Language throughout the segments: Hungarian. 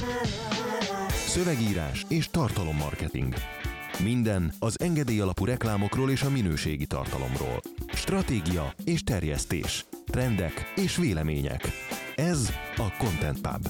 Szövegírás és tartalommarketing. Minden az engedély alapú reklámokról és a minőségi tartalomról. Stratégia és terjesztés. Trendek és vélemények. Ez a Content Pub.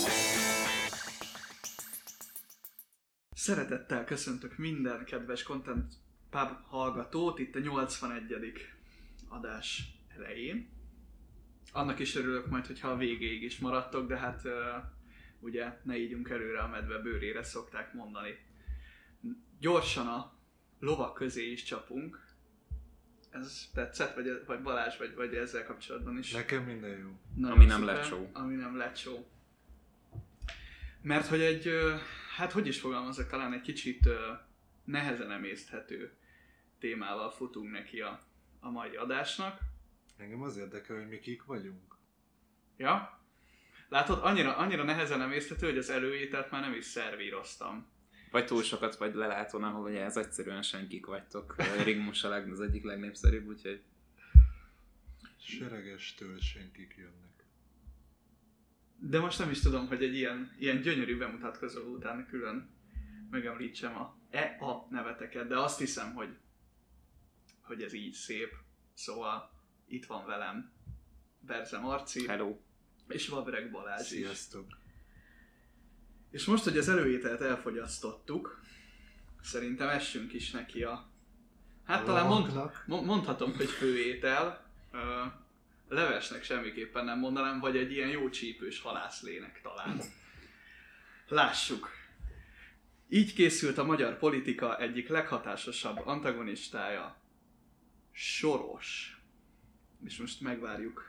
Szeretettel köszöntök minden kedves Content Pub hallgatót itt a 81. adás elején. Annak is örülök majd, hogyha a végéig is maradtok, de hát ugye ne ígyunk előre a medve bőrére, szokták mondani. Gyorsan a lovak közé is csapunk. Ez tetszett, vagy Balázs, vagy ezzel kapcsolatban is? Nekem minden jó. Nagyon ami nem szuper, lecsó. Ami nem lecsó. Mert hogy egy, hát hogy is fogalmazok, talán egy kicsit nehezen emészthető témával futunk neki a mai adásnak. Engem az érdekel, hogy mi kik vagyunk. Ja? Látod, annyira nehezen emészthető, hogy az előételt már nem is szervíroztam. Vagy túl sokat vagy lelátón, ahol ugye ez egyszerűen senkik vagytok. Rigmus az egyik legnépszerűbb, úgyhogy... Seregestől senkik jönnek. De most nem is tudom, hogy egy ilyen gyönyörű bemutatkozó után külön megemlítsem a neveteket, de azt hiszem, hogy ez így szép. Szóval itt van velem Berze Marci. Hello. És Vavreg Balázs is. Sziasztok! És most, hogy az előételt elfogyasztottuk, szerintem essünk is neki hát talán mondhatom, hogy főétel. Levesnek semmiképpen nem mondanám, vagy egy ilyen jó csípős halászlének talán. Lássuk! Így készült a magyar politika egyik leghatásosabb antagonistája, Soros. És most megvárjuk.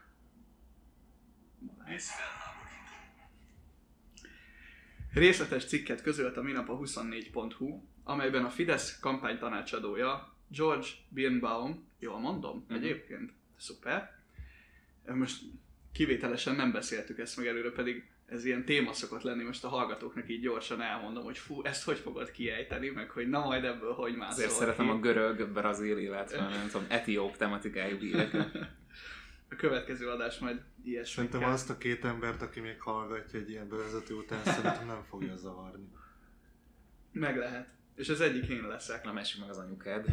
Részletes cikket közölt a minap a 24.hu, amelyben a Fidesz kampánytanácsadója, George Birnbaum, jól mondom egyébként? Szuper. Most kivételesen nem beszéltük ezt meg előre, pedig ez ilyen téma szokott lenni, most a hallgatóknak így gyorsan elmondom, hogy fú, ezt hogy fogod kiejteni, meg hogy na majd ebből hogy mászol. Azért szeretem a görög, brazil, illetve nem tudom, etióp tematikájú híreket. A következő adás majd ilyesmi. Szerintem azt a két embert, aki még hallgatja egy ilyen bevezető után, szerintem nem fogja zavarni. Meg lehet. És az egyik én leszek. Na, messük meg az anyukád.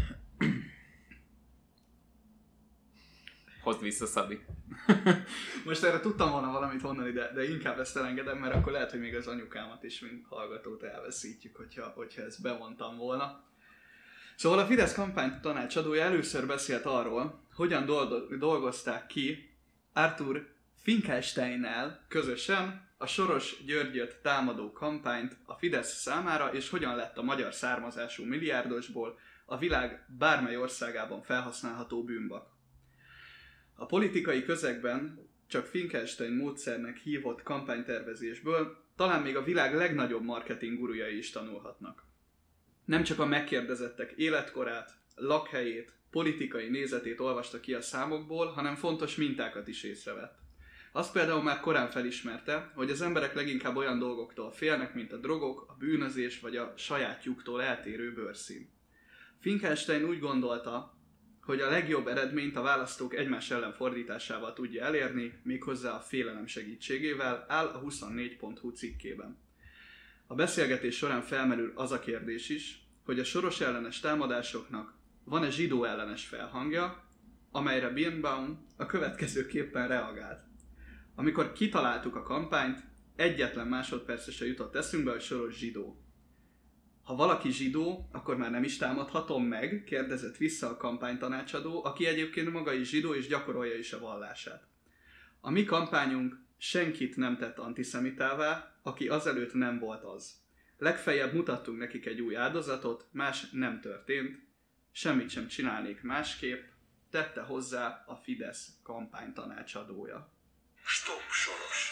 Hozd vissza, Szabi. Most erre tudtam volna valamit mondani, de inkább ezt elengedem, mert akkor lehet, hogy még az anyukámat is, mint hallgatót elveszítjük, hogyha ezt bevontam volna. Szóval a Fidesz kampány tanácsadója először beszélt arról, hogyan dolgozták ki Arthur Finkelsteinnel közösen a Soros Györgyöt támadó kampányt a Fidesz számára, és hogyan lett a magyar származású milliárdosból a világ bármely országában felhasználható bűnbak. A politikai közegben csak Finkelstein módszernek hívott kampánytervezésből talán még a világ legnagyobb marketing gurujai is tanulhatnak. Nem csak a megkérdezettek életkorát, lakhelyét, politikai nézetét olvasta ki a számokból, hanem fontos mintákat is észrevett. Azt például már korán felismerte, hogy az emberek leginkább olyan dolgoktól félnek, mint a drogok, a bűnözés vagy a sajátjuktól eltérő bőrszín. Finkelstein úgy gondolta, hogy a legjobb eredményt a választók egymás ellen fordításával tudja elérni, méghozzá a félelem segítségével, áll a 24.hu cikkében. A beszélgetés során felmerül az a kérdés is, hogy a Soros ellenes támadásoknak van-e zsidó ellenes felhangja, amelyre Birnbaum a következőképpen reagált. Amikor kitaláltuk a kampányt, egyetlen másodpercre se jutott eszünkbe, hogy Soros zsidó. Ha valaki zsidó, akkor már nem is támadhatom meg, kérdezett vissza a kampánytanácsadó, aki egyébként maga is zsidó és gyakorolja is a vallását. A mi kampányunk senkit nem tett antiszemitává, aki azelőtt nem volt az. Legfeljebb mutattunk nekik egy új áldozatot, más nem történt, semmit sem csinálnék másképp, tette hozzá a Fidesz kampánytanácsadója. Stop Soros!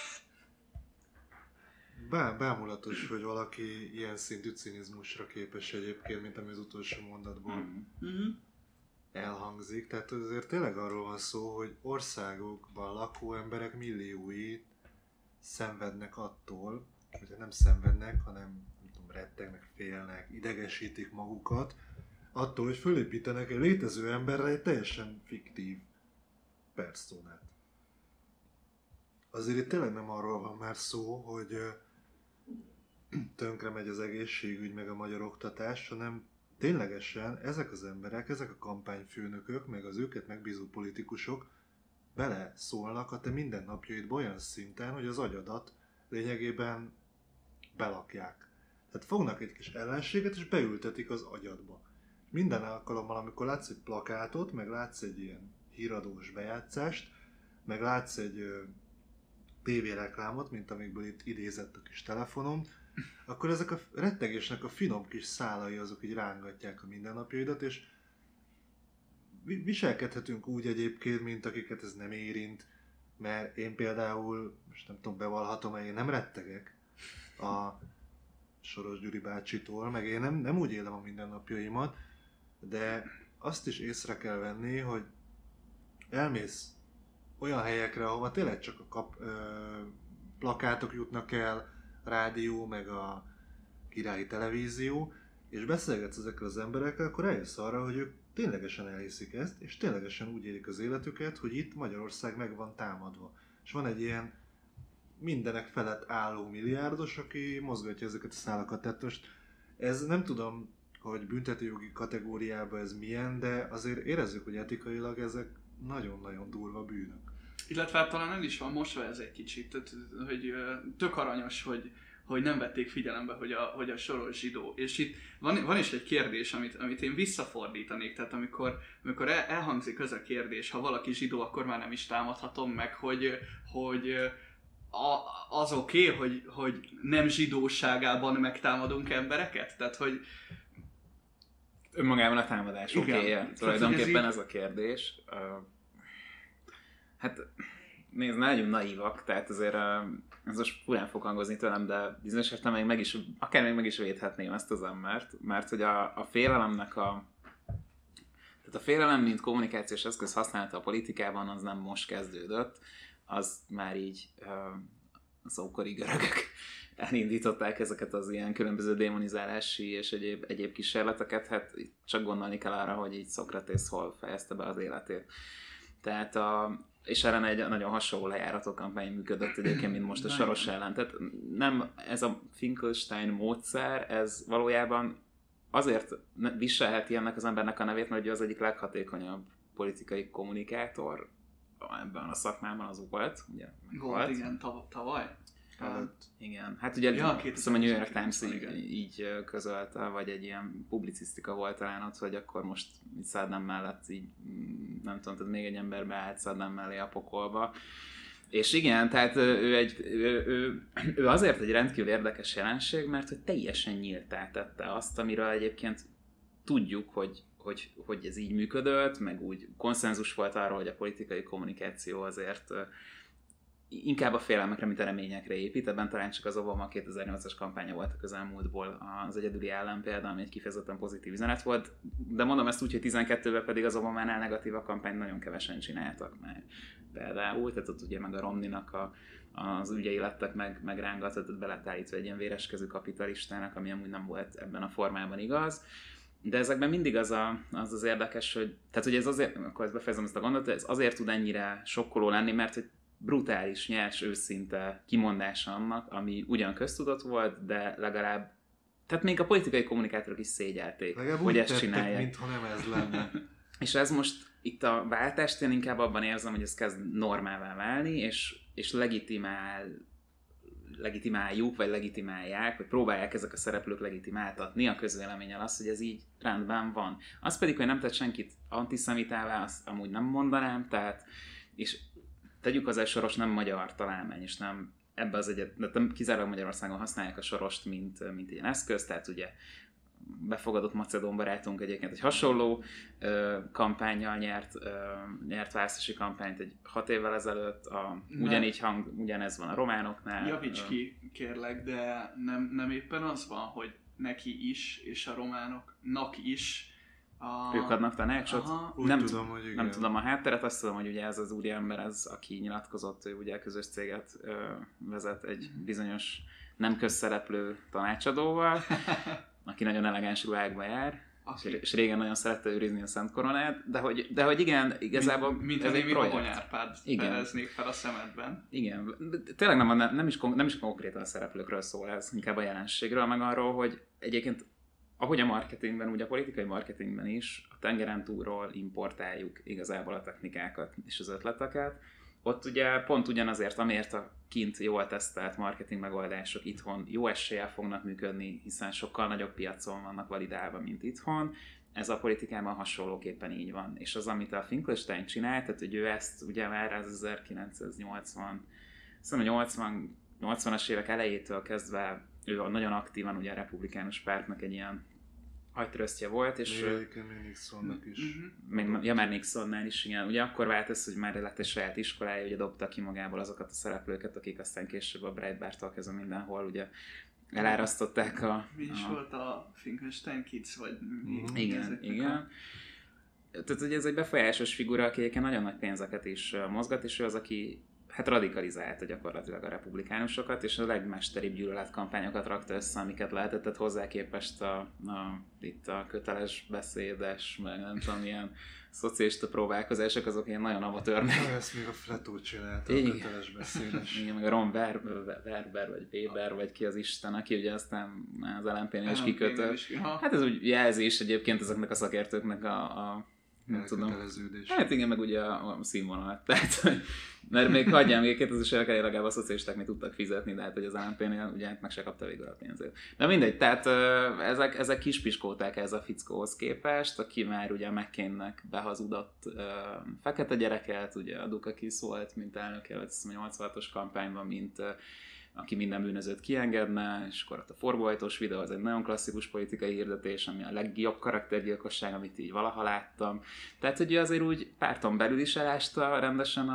Bámulatos, hogy valaki ilyen szintű cinizmusra képes egyébként, mint ami az utolsó mondatból elhangzik. Tehát azért tényleg arról van szó, hogy országokban lakó emberek milliói szenvednek attól, hogy nem szenvednek, hanem nem tudom, rettegnek, félnek, idegesítik magukat, attól, hogy fölépítenek egy létező emberre egy teljesen fiktív personát. Azért itt tényleg nem arról van már szó, hogy tönkre megy az egészségügy meg a magyar oktatás, hanem ténylegesen ezek az emberek, ezek a kampányfőnökök, meg az őket megbízó politikusok bele szólnak a te mindennapjaidba olyan szinten, hogy az agyadat lényegében belakják. Tehát fognak egy kis ellenséget és beültetik az agyadba. Minden alkalommal, amikor látsz egy plakátot, meg látsz egy ilyen híradós bejátszást, meg látsz egy tévéreklámot, mint amikből itt idézett a kis telefonom, akkor ezek a rettegésnek a finom kis szálai azok így rángatják a mindennapjaidat, és viselkedhetünk úgy egyébként, mint akiket ez nem érint, mert én például, most nem tudom, bevallhatom, hogy én nem rettegek a Soros Gyuri bácsitól, meg én nem úgy élem a mindennapjaimat, de azt is észre kell venni, hogy elmész olyan helyekre, ahova tényleg csak a plakátok jutnak el, rádió, meg a királyi televízió, és beszélgetsz ezekkel az emberekkel, akkor eljössz arra, hogy ők ténylegesen elhiszik ezt, és ténylegesen úgy élik az életüket, hogy itt Magyarország meg van támadva. És van egy ilyen mindenek felett álló milliárdos, aki mozgatja ezeket a szálakat. Tehát most ez nem tudom, hogy büntetőjogi kategóriában ez milyen, de azért érezzük, hogy etikailag ezek nagyon-nagyon durva bűnök. Illetve hát talán el is van mosva ez egy kicsit, tehát, hogy tök aranyos, hogy nem vették figyelembe, hogy a Soros zsidó. És itt van is egy kérdés, amit én visszafordítanik, tehát amikor elhangzik ez a kérdés, ha valaki zsidó, akkor már nem is támadhatom meg, hogy az oké, hogy nem zsidóságában megtámadunk embereket? Tehát, hogy önmagában a támadás oké-e? Tulajdonképpen ez a kérdés. Hát nézd, ne legyünk naívak, tehát azért ez most furán fog hangozni tőlem, de bizonyos értelemben akár meg is védhetném ezt az embert, mert hogy a félelemnek tehát a félelem, mint kommunikációs eszköz használata a politikában, az nem most kezdődött, az már így az ókori görögök elindították ezeket az ilyen különböző démonizálási és egyéb kísérleteket, hát csak gondolni kell arra, hogy így Szokratész hol fejezte be az életét. Tehát és erre egy nagyon hasonló lejárató kampány működött egyébként, mint most a Soros ellen. Tehát nem ez a Finkelstein módszer, ez valójában azért viselheti ennek az embernek a nevét, mert az egyik leghatékonyabb politikai kommunikátor ebben a szakmában az volt. Ugye, volt, igen, tavaly. Igen, hát ugye a New York Times így közölte, vagy egy ilyen publicisztika volt talán ott, hogy akkor most Saddam mellett így, nem tudom, tehát még egy ember beállt Saddam mellé a pokolba. És igen, tehát ő azért egy rendkívül érdekes jelenség, mert hogy teljesen nyíltá tette azt, amiről egyébként tudjuk, hogy ez így működött, meg úgy konszenzus volt arról, hogy a politikai kommunikáció azért inkább a félelmekre, mint a reményekre épít. Ebben talán csak az Obama 2008-as kampánya volt a közelmúltból az egyedüli ellenpélda, ami egy kifejezetten pozitív üzenet volt. De mondom ezt úgy, hogy 12-ben pedig az Obamánál negatív a kampányt nagyon kevesen csináltak már. Például, tehát ott ugye meg a Romneynak az ügyei lettek megrángatott, beletállítva egy ilyen véreskező kapitalistának, ami amúgy nem volt ebben a formában igaz. De ezekben mindig az érdekes, hogy, tehát hogy ez azért, akkor ezt befejezem ezt a gondolatot, ez azért tud ennyire sokkoló lenni, mert hogy brutális, nyers, őszinte kimondása annak, ami ugyan köztudott volt, de legalább, tehát még a politikai kommunikátorok is szégyelték, legalább hogy ezt tettek, csinálják. mintha nem ez lenne. És ez most itt a váltást én inkább abban érzem, hogy ez kezd normává válni, és legitimáljuk, vagy legitimálják, vagy próbálják ezek a szereplők legitimáltatni a közvéleménnyel azt, hogy ez így rendben van. Az pedig, hogy nem tett senkit antiszemitává, azt amúgy nem mondanám, tehát, és tegyük az Soros nem magyar találmány, és nem ebbe az nem kizárólag Magyarországon használják a Sorost, mint ilyen eszköz, tehát ugye befogadott macedón barátunk egyébként egy hasonló kampánnyal nyert választási kampányt egy 6 évvel ezelőtt, ugyanez van a románoknál. Javíts ki, kérlek, de nem éppen az van, hogy neki is, és a románoknak is ők adnak tanácsot? Nem tudom, hogy igen. Nem tudom a hátteret, azt tudom, hogy ugye ez az úriember, aki nyilatkozott, ő ugye közös céget vezet egy bizonyos nem közszereplő tanácsadóval, aki nagyon elegáns ruhákba jár, és régen nagyon szerette őrizni a Szent Koronát, de hogy igen, igazából mint ez egy projekt. Árpád fedeznék fel a szemedben. Igen, tényleg nem is konkrétan a szereplőkről szól ez, inkább a jelenségről, meg arról, hogy egyébként ahogy a marketingben, úgy a politikai marketingben is a tengeren túlról importáljuk igazából a technikákat és az ötleteket. Ott ugye pont ugyanazért, amiért a kint jól tesztelt marketing megoldások itthon jó eséllyel fognak működni, hiszen sokkal nagyobb piacon vannak validálva, mint itthon. Ez a politikában hasonlóképpen így van. És az, amit a Finkelstein csinált, tehát hogy ő ezt ugye már az 1980, szóval 80-as évek elejétől kezdve ő nagyon aktívan ugye a republikánus pártnak egy ilyen agytrösztje volt, és... még Nixonnak is. Már Nixonnál is, igen. Ugye akkor vált ez, hogy már lett egy saját iskolája, ugye dobta ki magából azokat a szereplőket, akik aztán később a Breitbarttól kezdve mindenhol ugye elárasztották Mi is volt a Finkelstein Kids, vagy mi? Igen. Tehát ugye ez egy befolyásos figura, aki egyébként nagyon nagy pénzeket is mozgat, és ő az, aki hát radikalizálta gyakorlatilag a republikánusokat, és a legmesteribb gyűlöletkampányokat rakta össze, amiket lehetett, tehát hozzá képest itt a köteles beszédes, meg nem tudom, ilyen szocialista próbálkozások, azok ilyen nagyon amatőrnek. Ezt még a Fletó csinálta, a köteles beszédes. Igen, meg a Ron Werber, vagy Weber, vagy ki az Isten, aki ugye aztán az LNP-nél is kikötött. Hát ez úgy jelzés egyébként ezeknek a szakértőknek a nem tudom. Hát igen, meg ugye a színvonalat. Tehát, mert még hagyjám, még 2000-es évek elején legalább a szocialisták még tudtak fizetni, de hát hogy az LNP-nél ugye meg se kapta végül a pénzét. De mindegy, tehát ezek kispiskóták ez a fickóhoz képest, aki már ugye a McCain-nek behazudott fekete gyereket, ugye a Dukakis volt, mint elnök jelölt a 86-os kampányban, mint aki minden bűnözőt kiengedne, és akkor ott a forgóajtós videó, az egy nagyon klasszikus politikai hirdetés, ami a legjobb karaktergyilkosság, amit így valaha láttam. Tehát, hogy azért úgy párton belül is elásta rendesen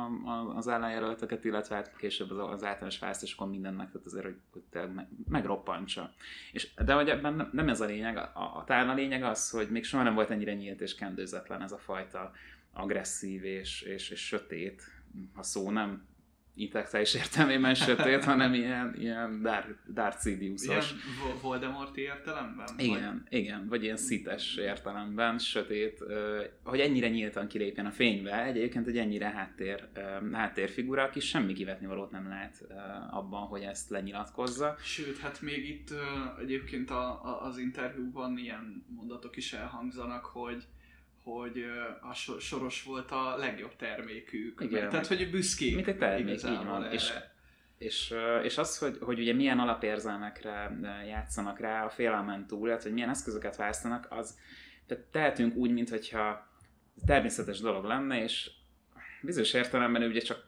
az ellenjelölteket, illetve hát később az általános választásokon mindennek, tehát azért, hogy megroppantsa. De hogy ebben nem ez a lényeg, talán a lényeg az, hogy még soha nem volt ennyire nyílt és kendőzetlen ez a fajta agresszív és sötét, ha szó nem intellektuális értelmében sötét, hanem ilyen Darth Sidious-os. Ilyen Voldemorti értelemben? Igen, vagy ilyen szites értelemben, sötét, hogy ennyire nyíltan kilépjen a fénybe, egyébként egy ennyire háttérfigura, aki semmi kivetnivalót nem lát abban, hogy ezt lenyilatkozza. Sőt, hát még itt egyébként az interjúban ilyen mondatok is elhangzanak, hogy a Soros volt a legjobb termékük. Igen, tehát, hogy büszkék. Mint egy termék, így van. És az, hogy ugye milyen alapérzelmekre játszanak rá a félelmen túl, tehát, hogy milyen eszközöket választanak, az tehát tehetünk úgy, mintha természetes dolog lenne, és bizonyos értelemben ugye csak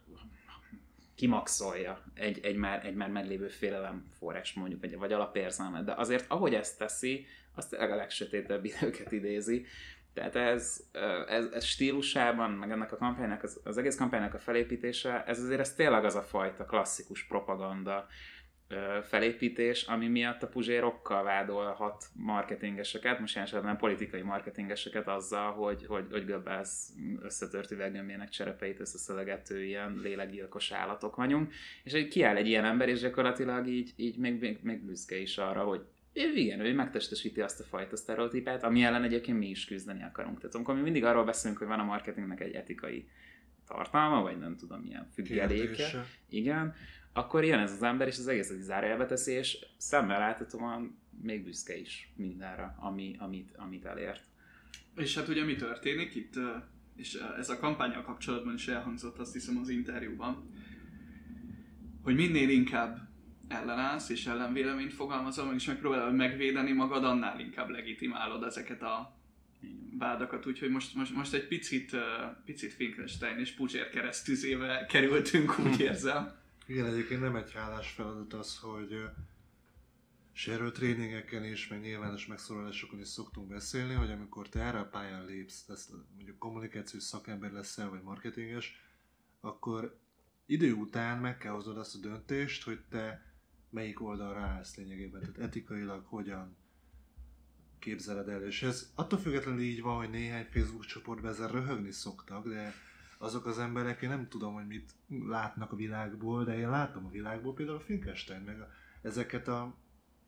kimaxolja egy már meglévő félelemforrás mondjuk, vagy alapérzelmet. De azért, ahogy ezt teszi, azt a legsötétebb időket idézi. Tehát ez stílusában, meg ennek a kampánynak, az egész kampánynak a felépítése, ez tényleg az a fajta klasszikus propaganda felépítés, ami miatt a Puzsérokkal vádolhat marketingeseket, most jelenleg politikai marketingeseket azzal, hogy Goebbels összetört üveggömbjének cserepeit összeszelegető ilyen lélekgyilkos állatok vagyunk, és hogy kiáll egy ilyen ember, és gyakorlatilag így még büszke is arra, hogy igen, ő megtestesíti azt a fajta sztereotípát, ami ellen egyébként mi is küzdeni akarunk. Tehát amikor mi mindig arról beszélünk, hogy van a marketingnek egy etikai tartalma, vagy nem tudom, milyen függeléke, igen, akkor jön ez az ember, és az egészet így zárójelbe teszi, és szemmel láthatóan még büszke is mindenre, amit elért. És hát ugye mi történik itt, és ez a kampánnyal kapcsolatban is elhangzott, azt hiszem az interjúban, hogy minél inkább ellenállsz és ellenvéleményt fogalmazol, és megpróbálod megvédeni magad, annál inkább legitimálod ezeket a vádakat, úgyhogy most egy picit Finkelstein és Puzsér keresztüzébe kerültünk, úgy érzem. Igen, egyébként nem egy hálás feladat az, hogy és erről tréningeken is, meg nyilvános megszólalásokon is szoktunk beszélni, hogy amikor te erre a pályán lépsz, mondjuk kommunikációs szakember leszel, vagy marketinges, akkor idő után meg kell hoznod azt a döntést, hogy te melyik oldalra állsz lényegében, tehát etikailag hogyan képzeled el. És ez attól függetlenül így van, hogy néhány Facebook csoportban ezzel röhögni szoktak, de azok az emberek, én nem tudom, hogy mit látnak a világból, de én látom a világból például a Finkelstein, meg ezeket a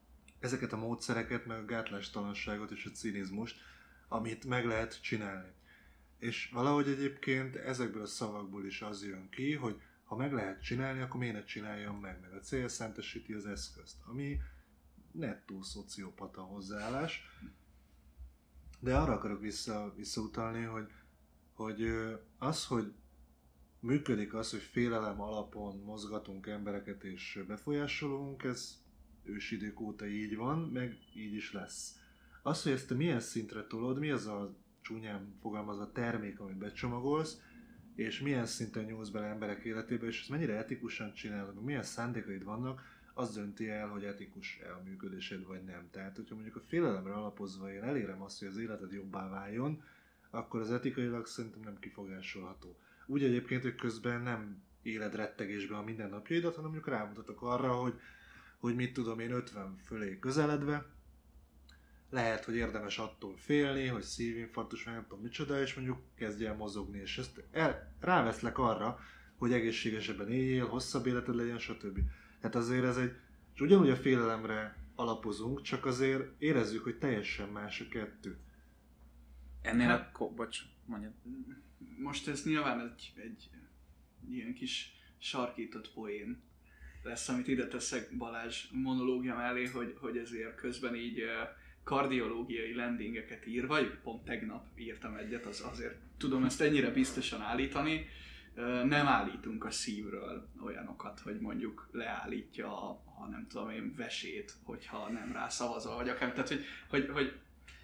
ezeket a módszereket, meg a gátlástalanságot és a cinizmust, amit meg lehet csinálni. És valahogy egyébként ezekből a szavakból is az jön ki, hogy ha meg lehet csinálni, akkor miért ne csináljam meg a cél szentesíti az eszközt, ami nettó szociopata hozzáállás. De arra akarok visszautalni, hogy az, hogy működik az, hogy félelem alapon mozgatunk embereket és befolyásolunk, ez ősidők óta így van, meg így is lesz. Az, hogy ezt te milyen szintre tolod, mi az a csúnyán fogalmazva termék, amit becsomagolsz, és milyen szinten nyúlsz bele emberek életébe, és ezt mennyire etikusan csinálod, milyen szándékaid vannak, az dönti el, hogy etikus-e a működésed, vagy nem. Tehát, hogyha mondjuk a félelemre alapozva én elérem azt, hogy az életed jobbá váljon, akkor az etikailag szerintem nem kifogásolható. Úgy egyébként, hogy közben nem éled rettegésben a mindennapjaidat, hanem mondjuk rámutatok arra, hogy mit tudom én 50 fölé közeledve, lehet, hogy érdemes attól félni, hogy szívinfarktus, meg nem tudom micsoda, és mondjuk kezdj el mozogni, és ezt ráveszlek arra, hogy egészségesebben éljél, hosszabb életed legyen, stb. Hát azért ez és ugyanúgy a félelemre alapozunk, csak azért érezzük, hogy teljesen más a kettő. Ennél bocs, mondjad. Most ez nyilván egy ilyen kis sarkított poén lesz, amit ide teszek Balázs monológia mellé, hogy ezért közben így kardiológiai landingeket ír, vagy pont tegnap írtam egyet, azért tudom ezt ennyire biztosan állítani, nem állítunk a szívről olyanokat, hogy mondjuk leállítja a nem tudom én vesét, hogyha nem rá szavazol, vagy akár, tehát hogy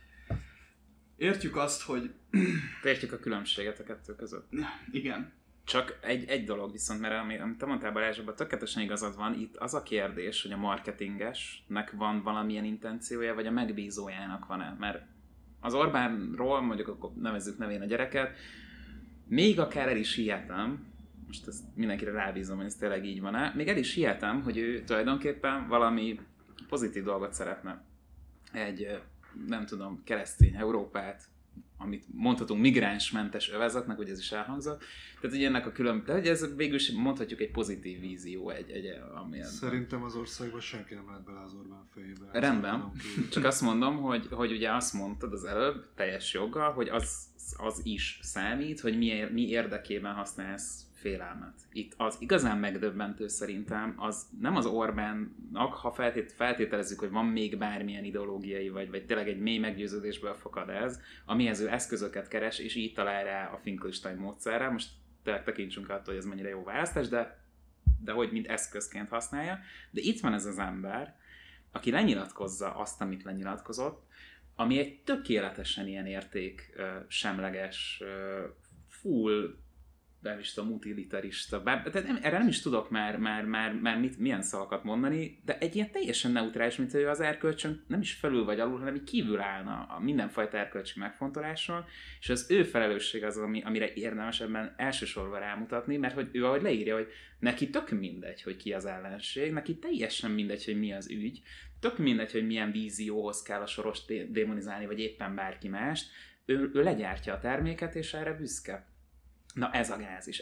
értjük azt, hogy... Értjük a különbséget a kettő között. Igen. Csak egy dolog viszont, mert amit te mondtál Balázs, abban tökéletesen igazad van, itt az a kérdés, hogy a marketingesnek van valamilyen intenciója, vagy a megbízójának van-e. Mert az Orbánról, mondjuk akkor nevezzük nevén a gyereket, még akár el is hihetem, most ezt mindenkire rábízom, hogy ez tényleg így van-e, még el is hihetem, hogy ő tulajdonképpen valami pozitív dolgot szeretne. Egy, nem tudom, keresztény Európát, amit mondhatunk migránsmentes övezetnek, hogy ez is elhangzott. Tehát ugye ennek a tehát ez végül is mondhatjuk egy pozitív vízió. Szerintem az országban senki nem lát bele az Orbán fejébe. Rendben, csak azt mondom, hogy ugye azt mondtad az előbb, teljes joggal, hogy az is számít, hogy mi érdekében használsz félelmet. Itt az igazán megdöbbentő szerintem az nem az Orbánnak, ha feltételezzük, hogy van még bármilyen ideológiai, vagy tényleg egy mély meggyőződésből fakad ez, amihez ő eszközöket keres, és így talál rá a Finkelstein módszerre. Most tényleg tekintsünk attól, hogy ez mennyire jó választás, de hogy mint eszközként használja. De itt van ez az ember, aki lenyilatkozza azt, amit lenyilatkozott, ami egy tökéletesen ilyen érték semleges, full, nem is tudom, utilitarista, erre nem is tudok már milyen szavakat mondani, de egy ilyen teljesen neutrális, mint hogy az erkölcsön nem is felül vagy alul, hanem így kívül állna a mindenfajta erkölcsi megfontoláson, és az ő felelősség az, amire érdemes ebben elsősorban rámutatni, mert hogy ő ahogy leírja, hogy neki tök mindegy, hogy ki az ellenség, neki teljesen mindegy, hogy mi az ügy, tök mindegy, hogy milyen vízióhoz kell a Sorost démonizálni, vagy éppen bárki mást, ő legyártja a terméket, és erre büszke. Na ez a gáz is.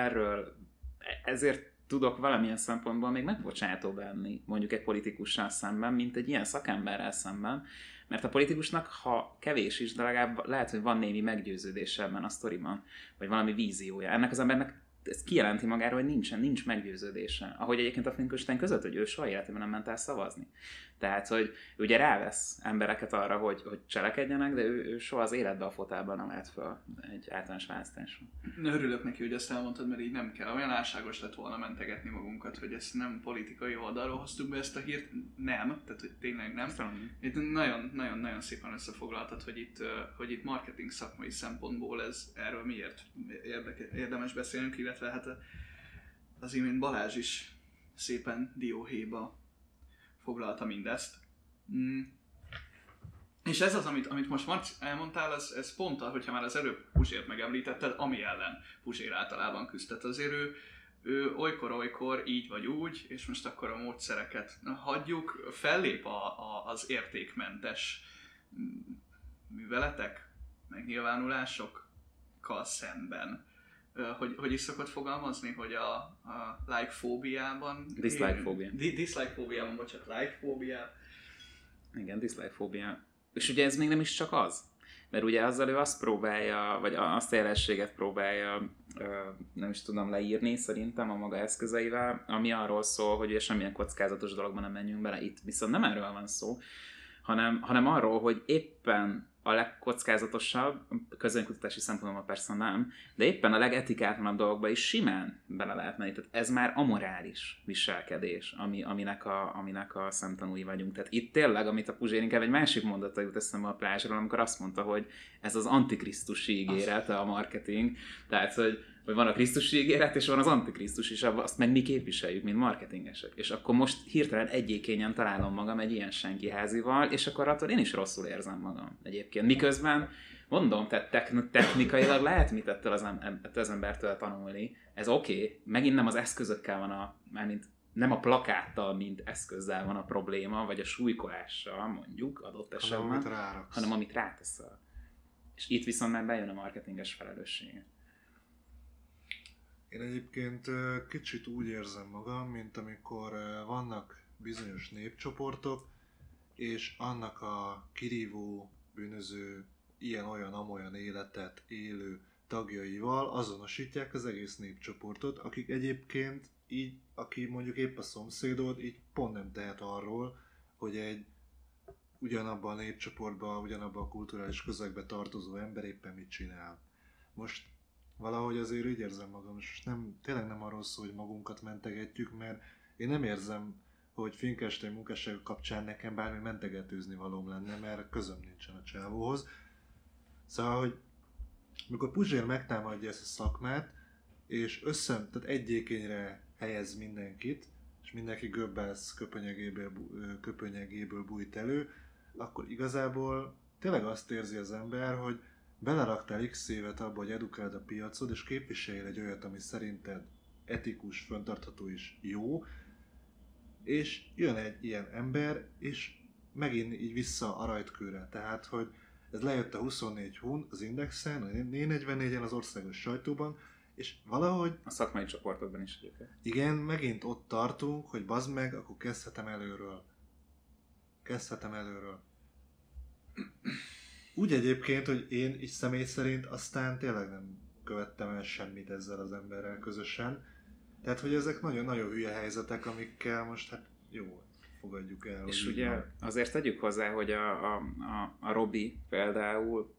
Ezért tudok valamilyen szempontból még megbocsátóbb lenni mondjuk egy politikussal szemben, mint egy ilyen szakemberrel szemben, mert a politikusnak, ha kevés is, de legalább lehet, hogy van némi meggyőződése ebben a sztoriban, vagy valami víziója. Ennek az embernek ez kijelenti magáról, hogy nincs meggyőződése. Ahogy egyébként a Finkelstein között, hogy ő soha életében nem ment el szavazni. Tehát, hogy ugye rávesz embereket arra, hogy cselekedjenek, de ő soha az életben a fotelben nem állt fel egy általános választáson. Örülök neki, hogy ezt elmondtad, mert így nem kell. Olyan álságos lett volna mentegetni magunkat, hogy ezt nem politikai oldalról hoztuk be ezt a hírt. Nem, tehát hogy tényleg nem. Itt nagyon szépen összefoglaltad, hogy itt marketing szakmai szempontból erről miért érdemes beszélnünk, illetve hát az imént Balázs is szépen dióhéjba foglalta mindezt. És ez az, amit most Marci elmondtál, ez pont, hogyha már az előbb Puzsért megemlítetted, ami ellen Puzsér általában küzdött. Azért ő olykor-olykor így vagy úgy, és most akkor a módszereket hagyjuk, fellép az értékmentes műveletek, megnyilvánulásokkal szemben. Hogy is szokott fogalmazni, hogy a like-fóbiában... Dislike-fóbiában, bocsánat, like-fóbiában Igen, diszlike-fóbia. És ugye ez még nem is csak az. Mert ugye azzal ő azt próbálja, vagy azt a jelenséget próbálja, nem is tudom leírni szerintem a maga eszközeivel, ami arról szól, hogy ugye semmilyen kockázatos dologban nem menjünk bele. Itt viszont nem erről van szó, hanem arról, hogy éppen a legkockázatosabb, közönkutatási szempontból persze nem, de éppen a legetikátlanabb dolgokba is simán bele lehet menni. Tehát ez már amorális viselkedés, aminek a szemtanúi vagyunk. Tehát itt tényleg, amit a Puzsér inkább egy másik mondata jut eszembe a plázsról, amikor azt mondta, hogy ez az antikrisztusi ígéret a marketing. Tehát, hogy van a krisztusi ígéret, és van az antikrisztus, és azt meg mi képviseljük, mint marketingesek. És akkor most hirtelen egyékényen találom magam egy ilyen senkiházival, és akkor attól én is rosszul érzem magam egyébként. Miközben, mondom, tehát technikailag lehet mit ettől az embertől tanulni, ez oké, megint nem az eszközökkel van mármint nem a plakáttal, mint eszközzel van a probléma, vagy a súlykolással mondjuk adott esetben, hanem amit ráteszel. És itt viszont már bejön a marketinges felelőssége. Én egyébként kicsit úgy érzem magam, mint amikor vannak bizonyos népcsoportok, és annak a kirívó, bűnöző, ilyen-olyan-amolyan életet élő tagjaival azonosítják az egész népcsoportot, akik egyébként így, aki mondjuk épp a szomszédod, így pont nem tehet arról, hogy egy ugyanabban a népcsoportban, ugyanabban a kulturális közegbe tartozó ember éppen mit csinál. Most valahogy azért így érzem magam, és tényleg nem arról szól, hogy magunkat mentegetjük, mert én nem érzem, hogy Finkelstein munkássága kapcsán nekem bármi mentegetőzni valóm lenne, mert közöm nincsen a csávóhoz. Szóval, hogy amikor Puzsér megtámadja ezt a szakmát, és tehát egyékényre helyez mindenkit, és mindenki Goebbels köpönyegéből bújt elő, akkor igazából tényleg azt érzi az ember, hogy beleraktál x évet abba, hogy edukáld a piacod, és képviseljél egy olyat, ami szerinted etikus, fenntartható és jó, és jön egy ilyen ember, és megint így vissza a rajtkőre. Tehát, hogy ez lejött a 24 hun az Indexen, a 444-en, az országos sajtóban, és valahogy... A szakmai csoportokban is egyébként. Igen, megint ott tartunk, hogy bazd meg, akkor kezdhetem előről. Úgy egyébként, hogy én így személy szerint aztán tényleg nem követtem el semmit ezzel az emberrel közösen. Tehát, hogy ezek nagyon-nagyon hülye helyzetek, amikkel most hát jó, fogadjuk el. És ugye azért tegyük hozzá, hogy a Robi például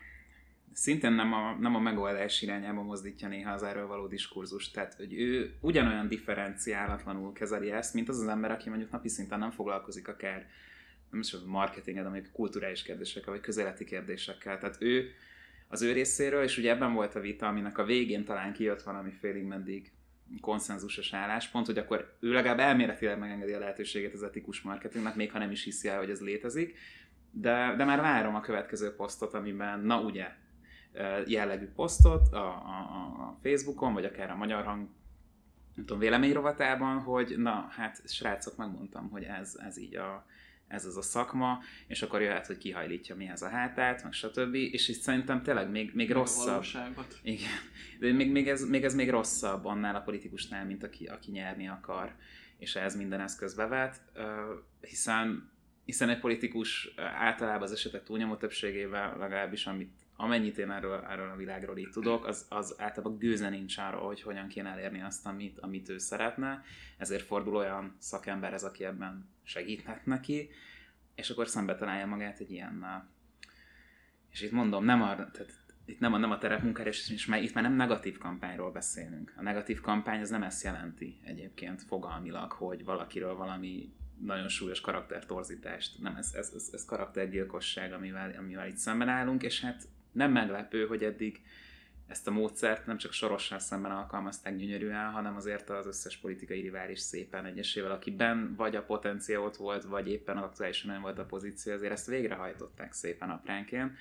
szintén nem a megoldás irányába mozdítja néha az erről való diskurzust. Tehát, hogy ő ugyanolyan differenciálatlanul kezeli ezt, mint az ember, aki mondjuk napi szinten nem foglalkozik akár nem is a marketinged, amelyek kulturális kérdésekkel, vagy közéleti kérdésekkel. Tehát az ő részéről, és ugye ebben volt a vita, aminek a végén talán kijött valami félig meddig konszenzusos álláspont, hogy akkor ő legalább elméletileg megengedi a lehetőséget az etikus marketingnek, még ha nem is hiszi el, hogy ez létezik, de már várom a következő posztot, amiben, na ugye, jellegű posztot a Facebookon, vagy akár a Magyar Hang, nem tudom, véleményrovatában, hogy na, hát srácok, megmondtam, hogy ez így ez az a szakma, és akkor jöhet, hogy kihajlítja mihez a hátát, meg stb. És itt szerintem tényleg még rosszabb. Igen. De még ez még rosszabb annál a politikusnál, mint aki nyerni akar, és ehhez minden eszköz bevet, hiszen egy politikus általában az esetek túlnyomó többségével, legalábbis amennyit én erről a világról így tudok, az általában gőze nincs arról, hogy hogyan kéne elérni azt, amit ő szeretne, ezért fordul olyan szakemberhez, aki ebben segíthet neki, és akkor szembe találja magát egy ilyennel. És itt mondom, itt nem a terepmunkára, és itt már nem negatív kampányról beszélünk. A negatív kampány az nem ezt jelenti egyébként fogalmilag, hogy valakiről valami nagyon súlyos karaktertorzítást, nem, ez karaktergyilkosság, amivel itt szemben állunk, és hát nem meglepő, hogy eddig ezt a módszert nem csak Sorossal szemben alkalmazták gyönyörűen, hanem azért az összes politikai rivális szépen egyesével, akiben vagy a potencia ott volt, vagy éppen aktuálisan nem volt a pozíció, azért ezt végrehajtották szépen apránként,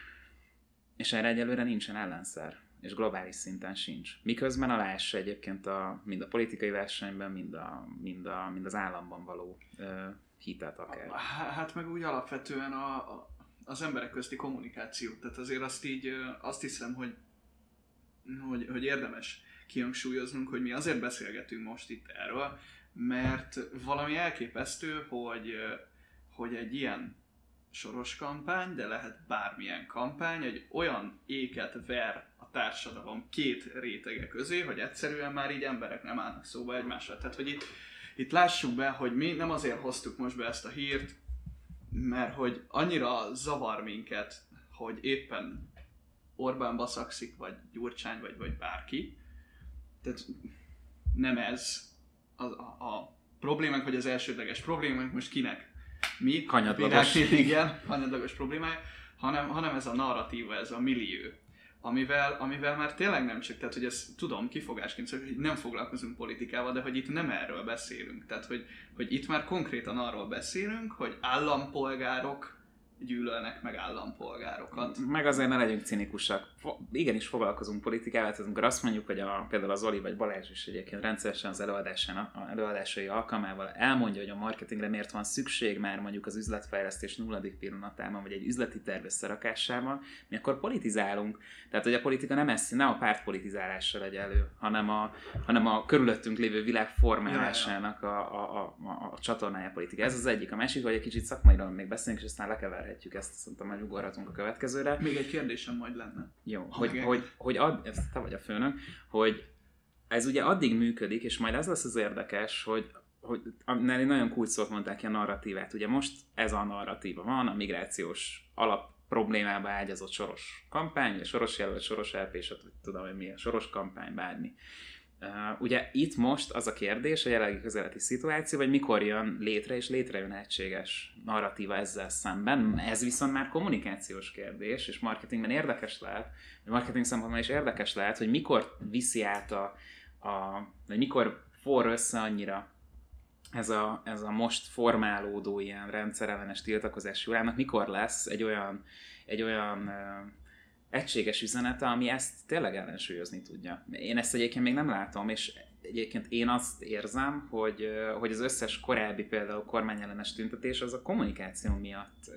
és erre egyelőre nincsen ellenszer, és globális szinten sincs. Miközben aláássa egyébként mind a politikai versenyben, mind az államban való hitet akár. Hát meg úgy alapvetően az emberek közti kommunikáció. Tehát azért azt hiszem, hogy érdemes kihangsúlyoznunk, hogy mi azért beszélgetünk most itt erről, mert valami elképesztő, hogy egy ilyen soros kampány, de lehet bármilyen kampány, egy olyan éket ver a társadalom két rétege közé, hogy egyszerűen már így emberek nem állnak szóba egymással. Tehát, hogy itt lássuk be, hogy mi nem azért hoztuk most be ezt a hírt, mert hogy annyira zavar minket, hogy éppen Orbán baszakszik, vagy Gyurcsány, vagy bárki. Tehát nem ez a problémánk, vagy az elsődleges problémánk, most kinek? Mi? Kanyadlagos. Igen, kanyadlagos problémája, hanem ez a narratíva, ez a millió, amivel már tényleg nem csak, tehát hogy ezt tudom kifogásként, hogy nem foglalkozunk politikával, de hogy itt nem erről beszélünk. Tehát, hogy itt már konkrétan arról beszélünk, hogy állampolgárok gyűlölnek meg állampolgárokat. Meg azért ne legyünk cinikusak. Igenis foglalkozunk politikával, tehát amikor azt mondjuk, hogy például az Zoli vagy Balázs is egyébként rendszeresen az előadásai alkalmával elmondja, hogy a marketingre miért van szükség már mondjuk az üzletfejlesztés 0. pillanatában, vagy egy üzleti terv összerakásában, mi akkor politizálunk. Tehát, hogy a politika nem a pártpolitizálással egyenlő, hanem a körülöttünk lévő világ formálásának a csatornája politika. Ez az egyik. A másik, hogy egy kicsit szakmairól még beszélünk, és aztán lekeverhetjük ezt, szerintem majd ugorhatunk a következőre. Még egy kérdésem majd lenne. Jó, ez te vagy a főnök, hogy ez ugye addig működik, és majd ez lesz az érdekes, hogy nagyon kulcs szót mondták ki a narratívát. Ugye most ez a narratíva van, a migrációs alap problémába ágyazott soros kampány, soros jelölt, soros LP, és tudom, hogy milyen soros kampány, bármi. Ugye itt most az a kérdés, a jelenlegi közéleti szituáció, hogy mikor jön létre, és létrejön egységes narratíva ezzel szemben. Ez viszont már kommunikációs kérdés, és marketingben érdekes lehet, vagy marketing szempontból is érdekes lehet, hogy mikor viszi át vagy mikor forr össze annyira ez a most formálódó ilyen rendszerellenes tiltakozási órának, mikor lesz egy olyan egységes üzenete, ami ezt tényleg ellensúlyozni tudja. Én ezt egyébként még nem látom, és egyébként én azt érzem, hogy az összes korábbi például kormányellenes tüntetés az a kommunikáció miatt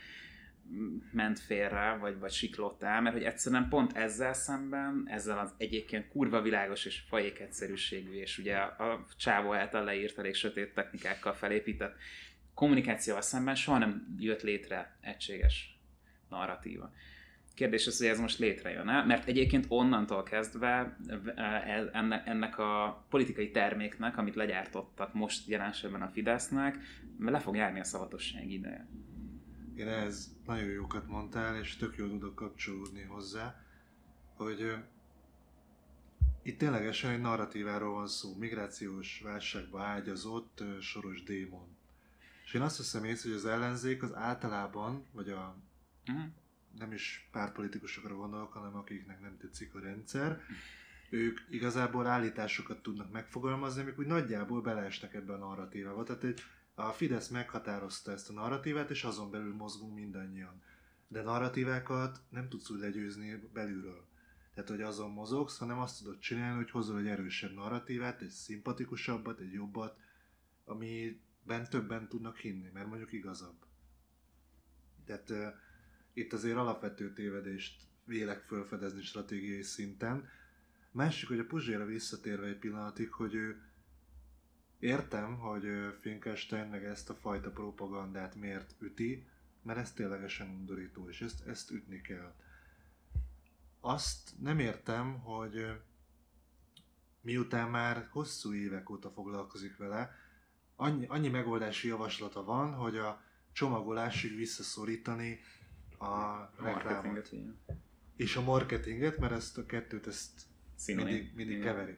ment félre, vagy siklott el, mert hogy egyszerűen pont ezzel szemben, ezzel az egyébként kurva világos és fajék egyszerűségű, és ugye a csávó által leírt elég sötét technikákkal felépített kommunikációval szemben soha nem jött létre egységes narratíva. Kérdés az, hogy ez most létrejön-e, mert egyébként onnantól kezdve ennek a politikai terméknek, amit legyártottak most jelenségben a Fidesznek, le fog járni a szavatosság ideje. Én ehhez nagyon jókat mondtál, és tök jól tudok kapcsolódni hozzá, hogy itt ténylegesen egy narratíváról van szó, migrációs válságba ágyazott soros démon. És én azt hiszem észre, hogy az ellenzék az általában, vagy nem is pártpolitikusokra gondolok, hanem akiknek nem tetszik a rendszer, ők igazából állításokat tudnak megfogalmazni, amik úgy nagyjából beleesnek ebbe a narratívába. Tehát a Fidesz meghatározta ezt a narratívát, és azon belül mozgunk mindannyian. De narratívákat nem tudsz úgy legyőzni belülről. Tehát, hogy azon mozogsz, hanem azt tudod csinálni, hogy hozol egy erősebb narratívát, egy szimpatikusabbat, egy jobbat, amiben többen tudnak hinni, mert mondjuk igazabb. Tehát itt azért alapvető tévedést vélek felfedezni stratégiai szinten. Másik, hogy a Puzsérra visszatérve egy pillanatig, hogy értem, hogy Finkelstein meg ezt a fajta propagandát miért üti, mert ez ténylegesen undorító, és ezt ütni kell. Azt nem értem, hogy miután már hosszú évek óta foglalkozik vele, annyi megoldási javaslata van, hogy a csomagolásig visszaszorítani a reklámot. És a marketinget, mert ezt a kettőt mindig keveri.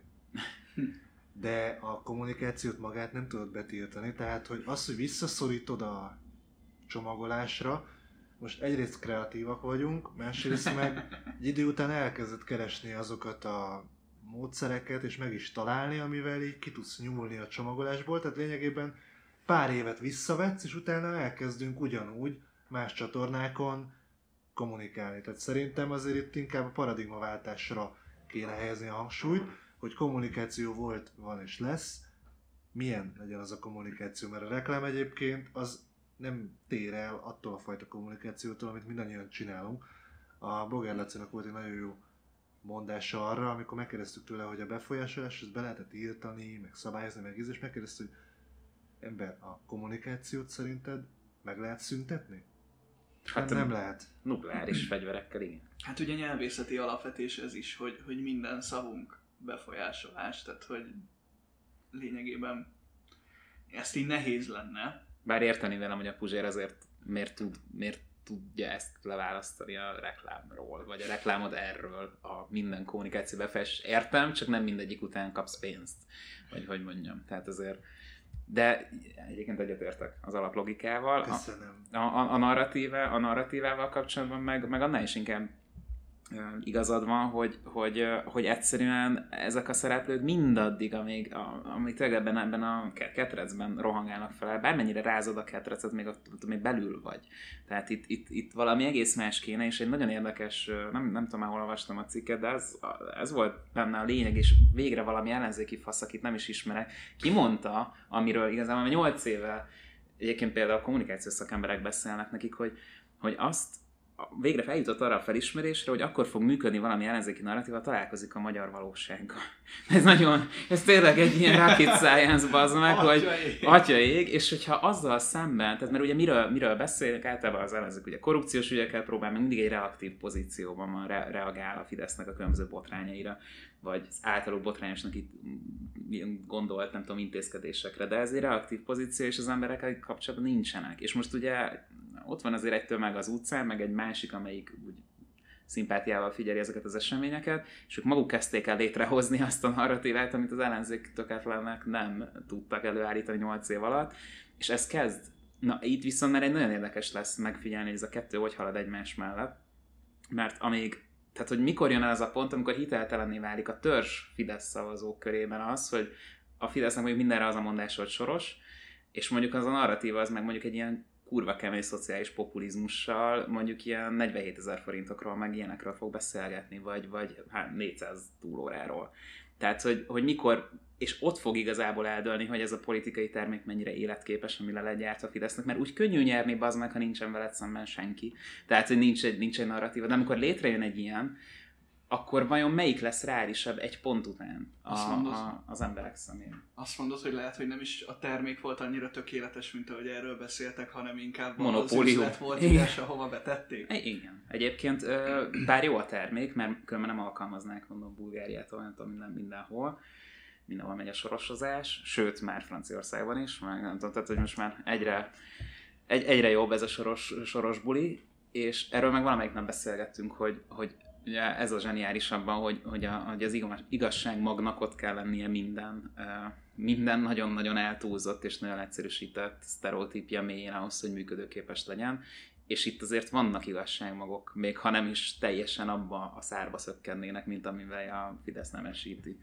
De a kommunikációt magát nem tudod betiltani, tehát hogy az, hogy visszaszorítod a csomagolásra, most egyrészt kreatívak vagyunk, másrészt meg egy idő után elkezdett keresni azokat a módszereket, és meg is találni, amivel így ki tudsz nyúlni a csomagolásból, tehát lényegében pár évet visszavetsz, és utána elkezdünk ugyanúgy más csatornákon kommunikálni. Tehát szerintem azért itt inkább a paradigmaváltásra kéne helyezni a hangsúlyt, hogy kommunikáció volt, van és lesz, milyen legyen az a kommunikáció, mert a reklám egyébként az nem tér el attól a fajta kommunikációtól, amit mindannyian csinálunk. A Bogár Lacinak volt egy nagyon jó mondása arra, amikor megkérdeztük tőle, hogy a befolyásolás, ezt be lehetett írtani, meg szabályozni, meg és megkérdeztük, hogy ember, a kommunikációt szerinted meg lehet szüntetni? Hát nem lehet. Nukleáris fegyverekkel, igen. Hát ugye nyelvészeti alapvetés ez is, hogy minden szavunk befolyásolás, tehát hogy lényegében ezt így nehéz lenne. Bár érteni velem, hogy a Puzsér azért miért tudja ezt leválasztani a reklámról, vagy a reklámod erről, a minden kommunikáció befejezés. Értem, csak nem mindegyik után kapsz pénzt, vagy hogy mondjam. Tehát azért, de egyébként egyetértek az alaplogikával. Köszönöm. A narratívával kapcsolatban meg annál is inkább igazad van, hogy egyszerűen ezek a szereplők mindaddig, amíg tényleg ebben a ketrecben rohangálnak fel, bármennyire rázod a ketrecet, még belül vagy. Tehát itt valami egész más kéne, és egy nagyon érdekes, nem tudom, hol olvastam a cikket, de ez volt benne a lényeg, és végre valami ellenzéki fasz, akit nem is ismerek, kimondta, amiről igazából 8 éve egyébként például a kommunikációs szakemberek beszélnek nekik, hogy azt végre feljutott arra a felismerésre, hogy akkor fog működni valami ellenzéki narratíva, találkozik a magyar valósággal. Ez tényleg egy ilyen rocket science, bazd meg, hogy atyaég, és hogyha azzal szemben, tehát mert ugye miről beszélnek, általában az ellenzék ugye korrupciós ügyekkel próbál, meg mindig egy reaktív pozícióban reagál a Fidesznek a különböző botrányaira, vagy általuk botrányosnak itt gondolt, nem tudom, intézkedésekre, de ez egy reaktív pozíció, és az emberekkel kapcsolatban nincsenek. És most ugye ott van azért egy tömeg az utcán, meg egy másik, amelyik úgy szimpátiával figyeli ezeket az eseményeket, és ők maguk kezdték el létrehozni azt a narratívát, amit az ellenzék tökéletlenek nem tudtak előállítani 8 év alatt, és ez kezd. Na, itt viszont már egy nagyon érdekes lesz megfigyelni, hogy ez a kettő hogy halad egymás mellett, mert tehát, hogy mikor jön el az a pont, amikor hiteltelenné válik a törzs Fidesz szavazók körében az, hogy a Fidesznek mondjuk mindenre az a mondás, hogy Soros, és mondjuk az a narratíva az meg mondjuk egy ilyen kurva kemény szociális populizmussal, mondjuk ilyen 47 000 forintokról, meg ilyenekről fog beszélgetni, vagy 400 túlóráról. Tehát, hogy mikor, és ott fog igazából eldőlni, hogy ez a politikai termék mennyire életképes, ami le lett gyártva a Fidesznek, mert úgy könnyű nyerni, bazd meg, ha nincsen veled szemben senki. Tehát, hogy nincs egy narratíva. De amikor létrejön egy ilyen, akkor vajon melyik lesz reálisabb egy pont után az emberek szemén? Azt mondod, hogy lehet, hogy nem is a termék volt annyira tökéletes, mint ahogy erről beszéltek, hanem inkább monopólium. Az üzlet volt ügyes, ahova betették. Igen. Egyébként bár jó a termék, mert különben nem alkalmaznák, mondom, Bulgáriától, nem tudom, mindenhol megy a sorosozás, sőt, már Franciaországban is, meg nem tudom, tehát, hogy most már egyre jobb ez a soros buli, és erről meg valamelyik nem beszélgettünk, hogy ugye ez a zseniális abban, hogy az igazságmagnak ott kell lennie minden nagyon-nagyon eltúlzott és nagyon egyszerűsített sztereotípia mélyén ahhoz, hogy működőképes legyen. És itt azért vannak igazságmagok, még ha nem is teljesen abba a szárba szökkennének, mint amivel a Fidesz nemesíti.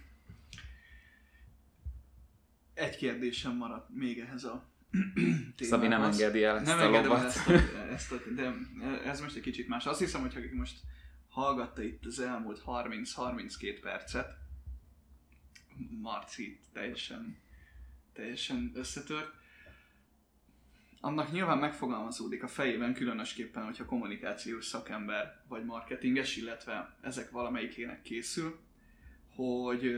Egy kérdésem maradt még ehhez a témához. Szabi nem engedi el ezt a lovat. De ez most egy kicsit más. Azt hiszem, hogy akik most hallgatta itt az elmúlt 30-32 percet, Marci teljesen összetört, annak nyilván megfogalmazódik a fejében, különösképpen, hogyha kommunikációs szakember vagy marketinges, illetve ezek valamelyikének készül, hogy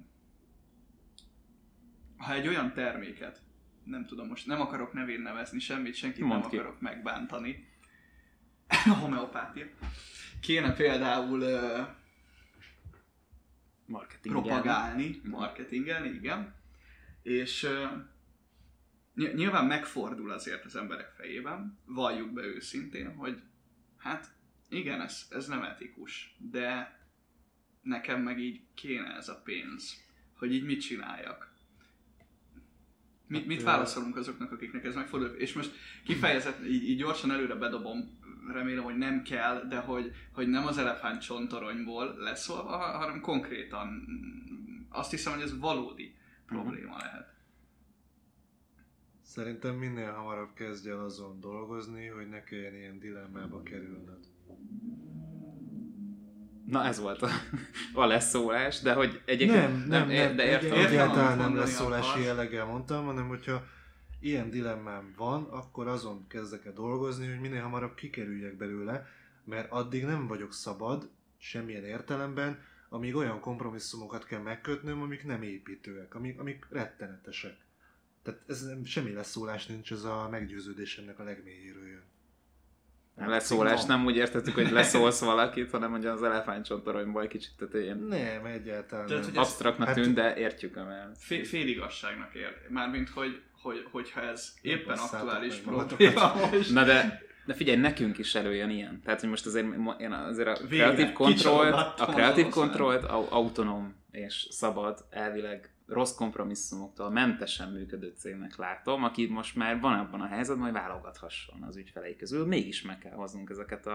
ha egy olyan terméket, nem tudom, most nem akarok nevén nevezni semmit, senkit nem akarok megbántani, a homeopátia, kéne például marketingelni, igen, és nyilván megfordul azért az emberek fejében, valljuk be őszintén, hogy hát igen, ez nem etikus, de nekem meg így kéne ez a pénz, hogy így mit csináljak. Mit válaszolunk azoknak, akiknek ez megfordul? És most kifejezetten, így gyorsan előre bedobom, remélem, hogy nem kell, de hogy nem az elefántcsontoronyból leszólva, hanem konkrétan azt hiszem, hogy ez valódi probléma lehet. Szerintem minél hamarabb kezdj el azon dolgozni, hogy ne kelljen ilyen dilemmába kerülnöd. Na ez volt a leszólás, de hogy egyébként nem, de értem. Egyáltalán nem leszólási jelleggel mondtam, hanem hogyha ilyen dilemmám van, akkor azon kezdek el dolgozni, hogy minél hamarabb kikerüljek belőle, mert addig nem vagyok szabad, semmilyen értelemben, amíg olyan kompromisszumokat kell megkötnöm, amik nem építőek, amik rettenetesek. Tehát ez semmi leszólás nincs, ez a meggyőződésemnek a legmélyéről jön. A leszólás nem úgy értettük, hogy leszólsz valakit, hanem hogy az elefántcsontoronyból egy kicsit, tehát ilyen nem, egyáltalán tehát, nem. absztraktnak tűnt, de értjük a féligasságnak ér. Mármint, hogyha ez éppen aktuális basszátok probléma most. Na de figyelj, nekünk is előjön ilyen. Tehát, hogy most azért a Végre, Creative Controlt autonóm és szabad, elvileg rossz kompromisszumoktól mentesen működő cégnek látom, aki most már van abban a helyzetben, hogy válogathasson az ügyfelei közül. Mégis meg kell hoznunk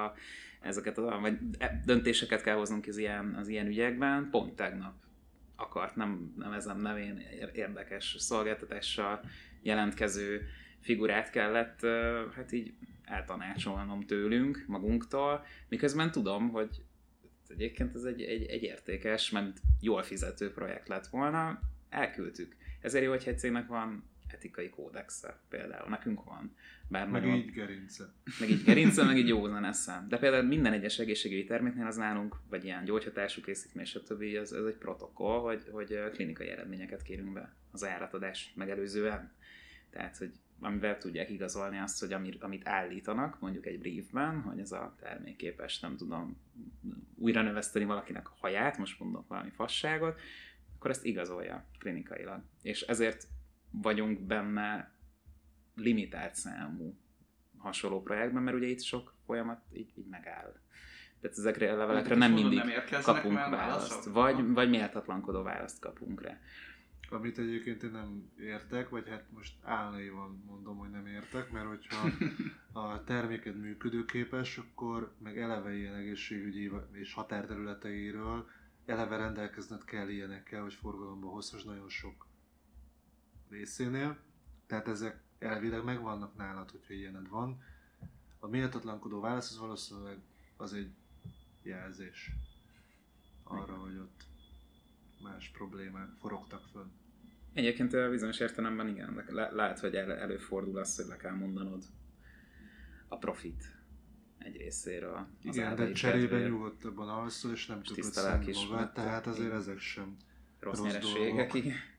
vagy döntéseket kell hoznunk az ilyen ügyekben. Pont tegnap akart, nem ezen nevén érdekes szolgáltatással jelentkező figurát kellett hát így eltanácsolnom tőlünk, magunktól, miközben tudom, hogy egyébként ez egy értékes, mert jól fizető projekt lett volna, elküldtük. Ezért jó, hogyha egy cégnek van etikai kódexe, például. Nekünk van. Meg így gerince. Meg így józan eszem. De például minden egyes egészségügyi terméknél az nálunk, vagy ilyen gyógyhatású készítmény, stb. Ez egy protokoll, hogy klinikai eredményeket kérünk be az ajánlatadás megelőzően. Tehát, hogy amivel tudják igazolni azt, hogy amit állítanak, mondjuk egy briefben, hogy ez a termék képes, nem tudom, újra növeszteni valakinek a haját, most mondok valami fasságot, akkor ezt igazolja klinikailag. És ezért vagyunk benne limitált számú hasonló projektben, mert ugye itt sok folyamat így megáll. Tehát ezekre a levelekre nem mindig kapunk választ. Vagy méltatlankodó választ kapunk rá. Amit egyébként én nem értek, vagy hát most álnévan mondom, hogy nem értek, mert hogyha a terméked működőképes, akkor meg eleve ilyen egészségügyi és határterületeiről eleve rendelkezned kell ilyenekkel, hogy forgalomba hozhass nagyon sok részénél. Tehát ezek elvileg megvannak nálad, hogyha ilyened van. A méltatlankodó válasz az valószínűleg az egy jelzés arra, hogy ott más problémák forogtak fönn. Egyébként bizonyos értelemben igen, de lehet, hogy előfordul az, hogy le kell mondanod a profit egy részéről. Igen, de cserébe nyugodtabban alszol, és nem tudod szedni magad, tehát azért ezek sem rossz nyerességek.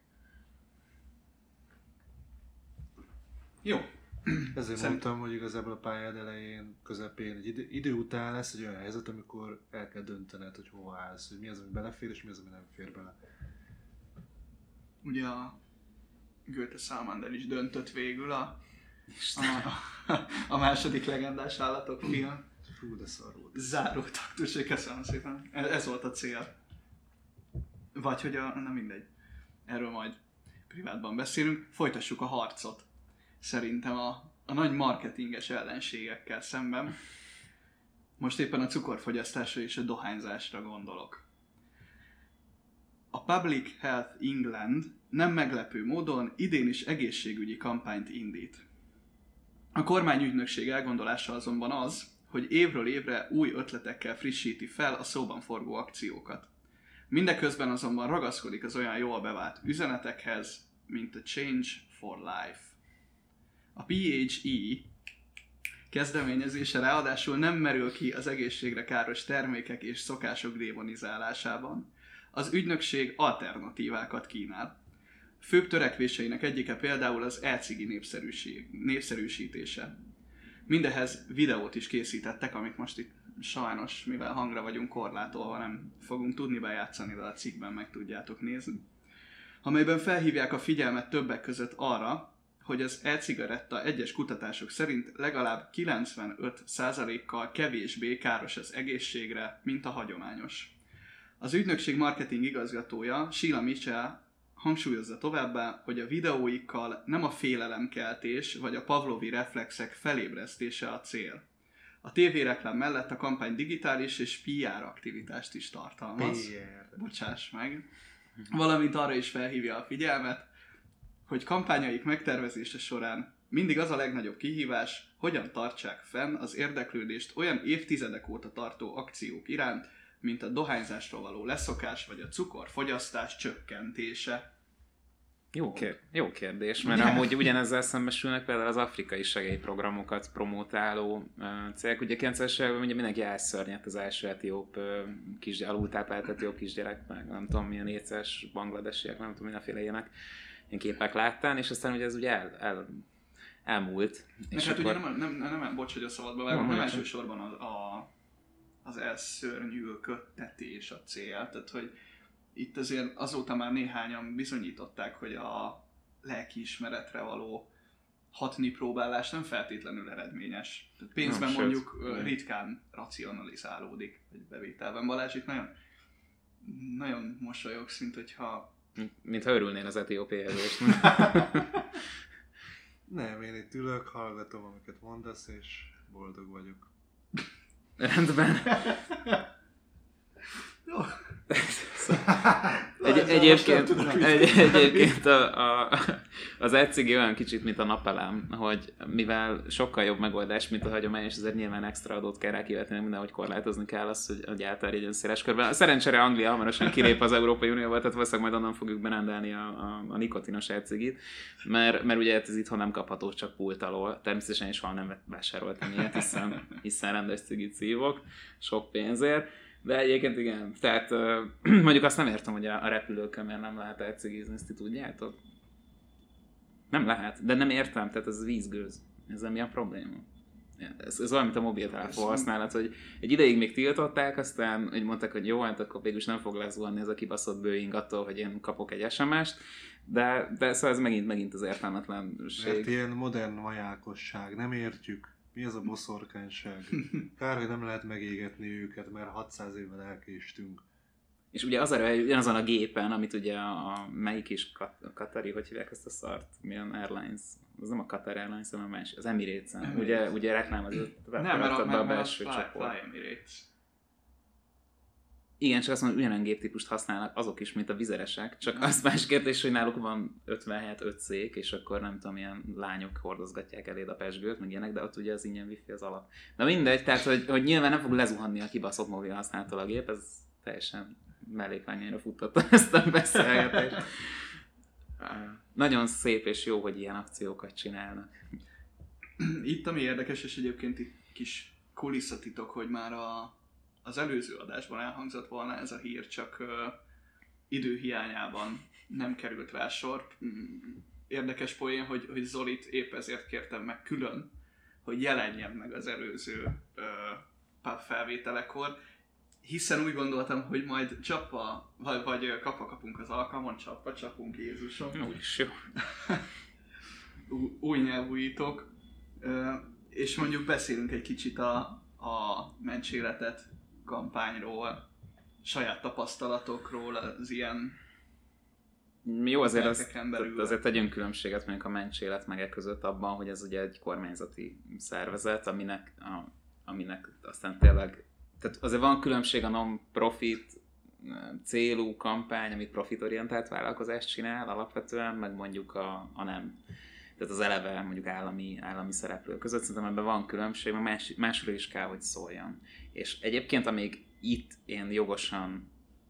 Jó. Ezért mondtam, hogy igazából a pályád elején, közepén, egy idő után lesz egy olyan helyzet, amikor el kell döntened, hogy hova állsz, hogy mi az, ami belefér, és mi az, ami nem fér bele. Ugye a Goethe Salamander is döntött végül a második legendás állatok film. Fú, de szar volt. Záró taktus, köszönöm szépen. Ez volt a cél. Vagy hogy nem mindegy. Erről majd privátban beszélünk. Folytassuk a harcot. Szerintem a nagy marketinges ellenségekkel szemben. Most éppen a cukorfogyasztásra és a dohányzásra gondolok. A Public Health England nem meglepő módon idén is egészségügyi kampányt indít. A kormányügynökség elgondolása azonban az, hogy évről évre új ötletekkel frissíti fel a szóban forgó akciókat. Mindeközben azonban ragaszkodik az olyan jól bevált üzenetekhez, mint a Change for Life. A PHE kezdeményezése ráadásul nem merül ki az egészségre káros termékek és szokások démonizálásában. Az ügynökség alternatívákat kínál. Főbb törekvéseinek egyike például az e-cigi népszerűsítése. Mindehhez videót is készítettek, amit most itt sajnos, mivel hangra vagyunk korlátolva, nem fogunk tudni bejátszani, de a cikkben meg tudjátok nézni. Amelyben felhívják a figyelmet többek között arra, hogy az e-cigaretta egyes kutatások szerint legalább 95%-kal kevésbé káros az egészségre, mint a hagyományos. Az ügynökség marketing igazgatója, Sheila Mitchell hangsúlyozza továbbá, hogy a videóikkal nem a félelemkeltés vagy a pavlovi reflexek felébresztése a cél. A tévéreklám mellett a kampány digitális és PR aktivitást is tartalmaz. Bocsáss meg. Valamint arra is felhívja a figyelmet, hogy kampányaik megtervezése során mindig az a legnagyobb kihívás, hogyan tartsák fenn az érdeklődést olyan évtizedek óta tartó akciók iránt, mint a dohányzásról való leszokás vagy a cukorfogyasztás csökkentése. Jó kérdés, mert amúgy ugyanezzel szembesülnek például az afrikai segélyprogramokat promotáló cégek. Ugye 90-es években ugye mindenki elszörnyedt az első etióp alultáplált etióp kisgyerek, meg nem tudom milyen éces bangladesiek, nem tudom mindenféle ilyenek képek láttán, és aztán ugye ez ugye elmúlt. És hát ugye nem bocs, hogy a szabadba vágom, nem elsősorban az elszörnyűködtetés a cél, tehát hogy itt azért azóta már néhányan bizonyították, hogy a lelkiismeretre való hatni próbálás nem feltétlenül eredményes. Tehát pénzben mondjuk ritkán racionalizálódik egy bevételben. Balázs itt nagyon mosolyogsz, mintha örülnél az etióp éhezést. Nem, én itt ülök, hallgatom, amiket mondasz, és boldog vagyok. Rendben. Jó. Egyébként az e-cigi olyan kicsit, mint a napelem, hogy mivel sokkal jobb megoldás, mint a hagyományos, ezért nyilván extra adót kell rá kivetni, mindenhogy korlátozni kell azt, hogy elterjedjen széles körben. Szerencsére Anglia hamarosan kilép az Európai Unióból, tehát valószínűleg majd onnan fogjuk berendelni a nikotinos e-cigit, mert ugye ez itthon nem kapható, csak pult alól. Természetesen is soha nem vásároltam ilyet, hiszen rendes cigit szívok, sok pénzért. De egyébként igen, tehát mondjuk azt nem értem, hogy a repülőkön miért nem lehet elcigizni, ezt ti tudjátok? Nem lehet, de nem értem, tehát ez vízgőz. Ezzel mi a probléma? Ez olyan, mint a mobiltelefon használat, hogy egy ideig még tiltották, aztán hogy mondták, hogy jó, hát akkor végülis nem fog lezuhanni ez a kibaszott Boeing attól, hogy én kapok egy SMS-t, de szóval ez megint az értelmetlenség. Mert ilyen modern majákosság, nem értjük. Mi ez a boszorkányság? Kár, hogy nem lehet megégetni őket, mert 600 évvel elkéstünk. És ugye az ugyanazon a gépen, amit ugye melyik is Qatari, hogy hívják ezt a szart? Milyen Airlines? Az nem a Qatar Airlines, hanem a másik, az Emirates-en. Ugye reklámozott be a belső csoport. Emirates. Igen, csak azt mondom, ugyanolyan géptípust használnak azok is, mint a vizeresek, csak az más kérdés, hogy náluk van 57-5 szék, és akkor nem tudom, ilyen lányok hordozgatják eléd a pesgőt, meg ilyenek, de ott ugye az ingyen wifi az alap. Na mindegy, tehát hogy nyilván nem fog lezuhanni a kibaszott mobil használattal a gép, ez teljesen mellékványára futtatta ezt a beszélgetést. Nagyon szép és jó, hogy ilyen akciókat csinálnak. Itt ami érdekes, és egyébként itt kis kulisszatitok, hogy már az előző adásban elhangzott volna ez a hír, csak időhiányában nem került rá sor. Érdekes poén, hogy Zolit épp ezért kértem meg külön, hogy jelenjen meg az előző pub felvételekor, hiszen úgy gondoltam, hogy majd csapva, vagy kapva kapunk az alkalmon, csapva csapunk, Jézusom. Úgyis jó. Új nyelvújítók. És mondjuk beszélünk egy kicsit a Mentséletet kampányról, saját tapasztalatokról, az ilyen jó, azért tegyünk különbséget mondjuk a Mentsélet meg között abban, hogy ez ugye egy kormányzati szervezet, aminek aztán tényleg, tehát azért van különbség a non-profit célú kampány, amit profitorientált vállalkozást csinál alapvetően, meg mondjuk a nem. Tehát az eleve mondjuk állami szereplő között, szerintem ebben van különbség, mert másról is kell, hogy szóljon. És egyébként, amíg itt én jogosan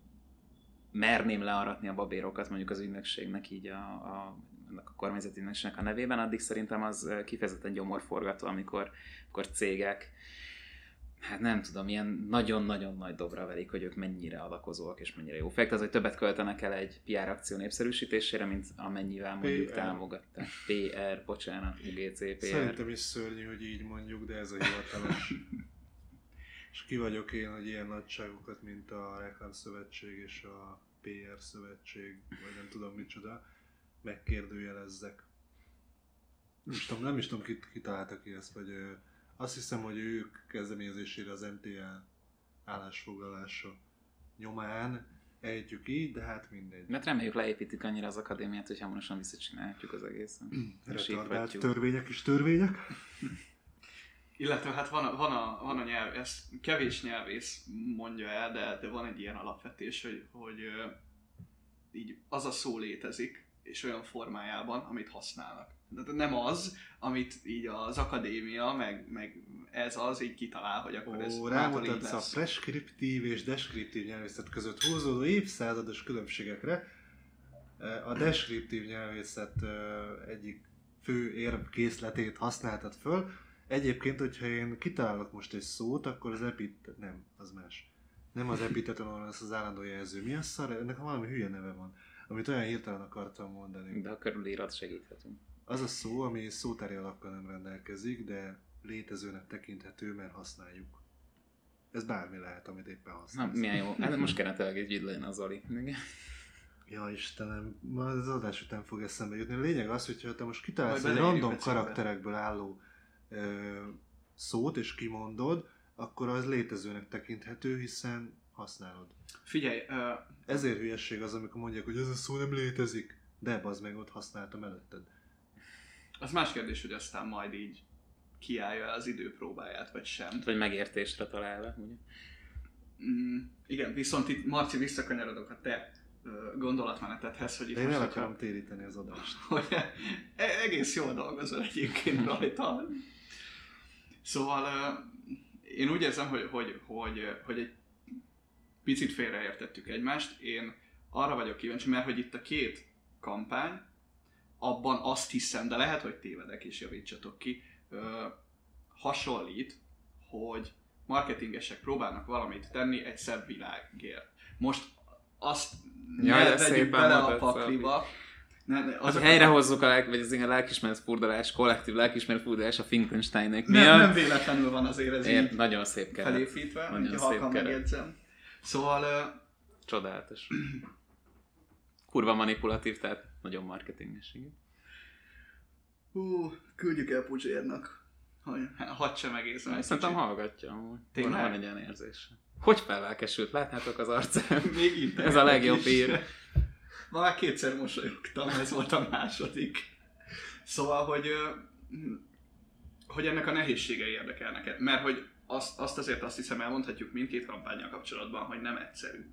merném learatni a babérokat mondjuk az ügynökségnek így ennek a kormányzati ügynökségnek a nevében, addig szerintem az kifejezetten gyomorforgató, amikor cégek, hát nem tudom, ilyen nagyon-nagyon nagy dobra verik, hogy ők mennyire adakozóak és mennyire jó fejek. Tehát, hogy többet költenek el egy PR akció népszerűsítésére, mint amennyivel mondjuk támogatták. PR, bocsánat, UGC, PR. Szerintem is szörnyű, hogy így mondjuk, de ez a hivatalos. És ki vagyok én, hogy ilyen nagyságokat, mint a Reklámszövetség és a PR szövetség, vagy nem tudom micsoda, megkérdőjelezzek. Nem is tudom, ki találta ki ezt, vagy azt hiszem, hogy ők kezdeményezésére az MTL állásfoglalása nyomán ejtjük így, de hát mindegy. Mert reméljük leépítik annyira az akadémiát, hogy hamarosan visszacsinálhatjuk az egészen. Retardált törvények is törvények. Illetve hát van a nyelv, ez kevés nyelvész mondja el, de van egy ilyen alapvetés, hogy így az a szó létezik, és olyan formájában, amit használnak. De nem az, amit így az akadémia, meg ez az így kitalál, hogy akkor ez rámutatsz a preskriptív és deskriptív nyelvészet között húzódó évszázados különbségekre. A deskriptív nyelvészet egyik fő érvkészletét használtad föl. Egyébként, hogyha én kitalálok most egy szót, akkor az nem, az más. Nem az epiteton, hanem az állandó jelző. Mi a szar? Ennek valami hülye neve van. amit olyan hirtelen akartam mondani. De a körülírat segíthetünk. Az a szó, ami szótári alakkal nem rendelkezik, de létezőnek tekinthető, mert használjuk. Ez bármi lehet, amit éppen használsz. Na, milyen jó. Hát most kellene tényleg egy ügy legyen az Zoli. Ja Istenem, ma az adás után fog eszembe jutni. A lényeg az, hogyha te most kitalálsz egy random karakterekből álló szót, és kimondod, akkor az létezőnek tekinthető, hiszen használod. Figyelj! Ezért hülyesség az, amikor mondják, hogy ez a szó nem létezik, de bazd meg, ott használtam előtted. Az más kérdés, hogy aztán majd így kiállja az idő próbáját, vagy sem. Vagy megértésre találva, ugye? Igen, viszont itt Marci, visszakanyarodok a te gondolatmenetedhez, hogy itt de én el akarom téríteni az adást. Hogy egész jól dolgozol egyébként rajta. Szóval én úgy érzem, hogy egy picit félreértettük egymást. Én arra vagyok kíváncsi, mert hogy itt a két kampány, abban azt hiszem, de lehet, hogy tévedek és javítsatok ki, hasonlít, hogy marketingesek próbálnak valamit tenni egy szebb világért. Most azt ne vegyük bele a pakliba. Helyrehozzuk vagy az ilyen lelkismeretfurdalás, kollektív lelkismeretfurdalás a Finkensteinek miatt. Nem véletlenül van azért ez így nagyon szép keret. Felépítve, nagyon szép megjegyzem. Szóval... Csodálatos. Kurva manipulatív, tehát nagyon marketinges, igen. Küldjük el Puzsérnak, hogy hadd sem egészen. Szerintem hallgatja amúgy. Van egy olyan érzés. Hogy fellelkesült? Látnátok az arcán? Még itt. Ez a legjobb ír. Ma már kétszer mosolyogtam, ez volt a második. Szóval, hogy ennek a nehézségei érdekelnek. Mert hogy azt azért azt hiszem elmondhatjuk mindkét kampánnyal kapcsolatban, hogy nem egyszerű.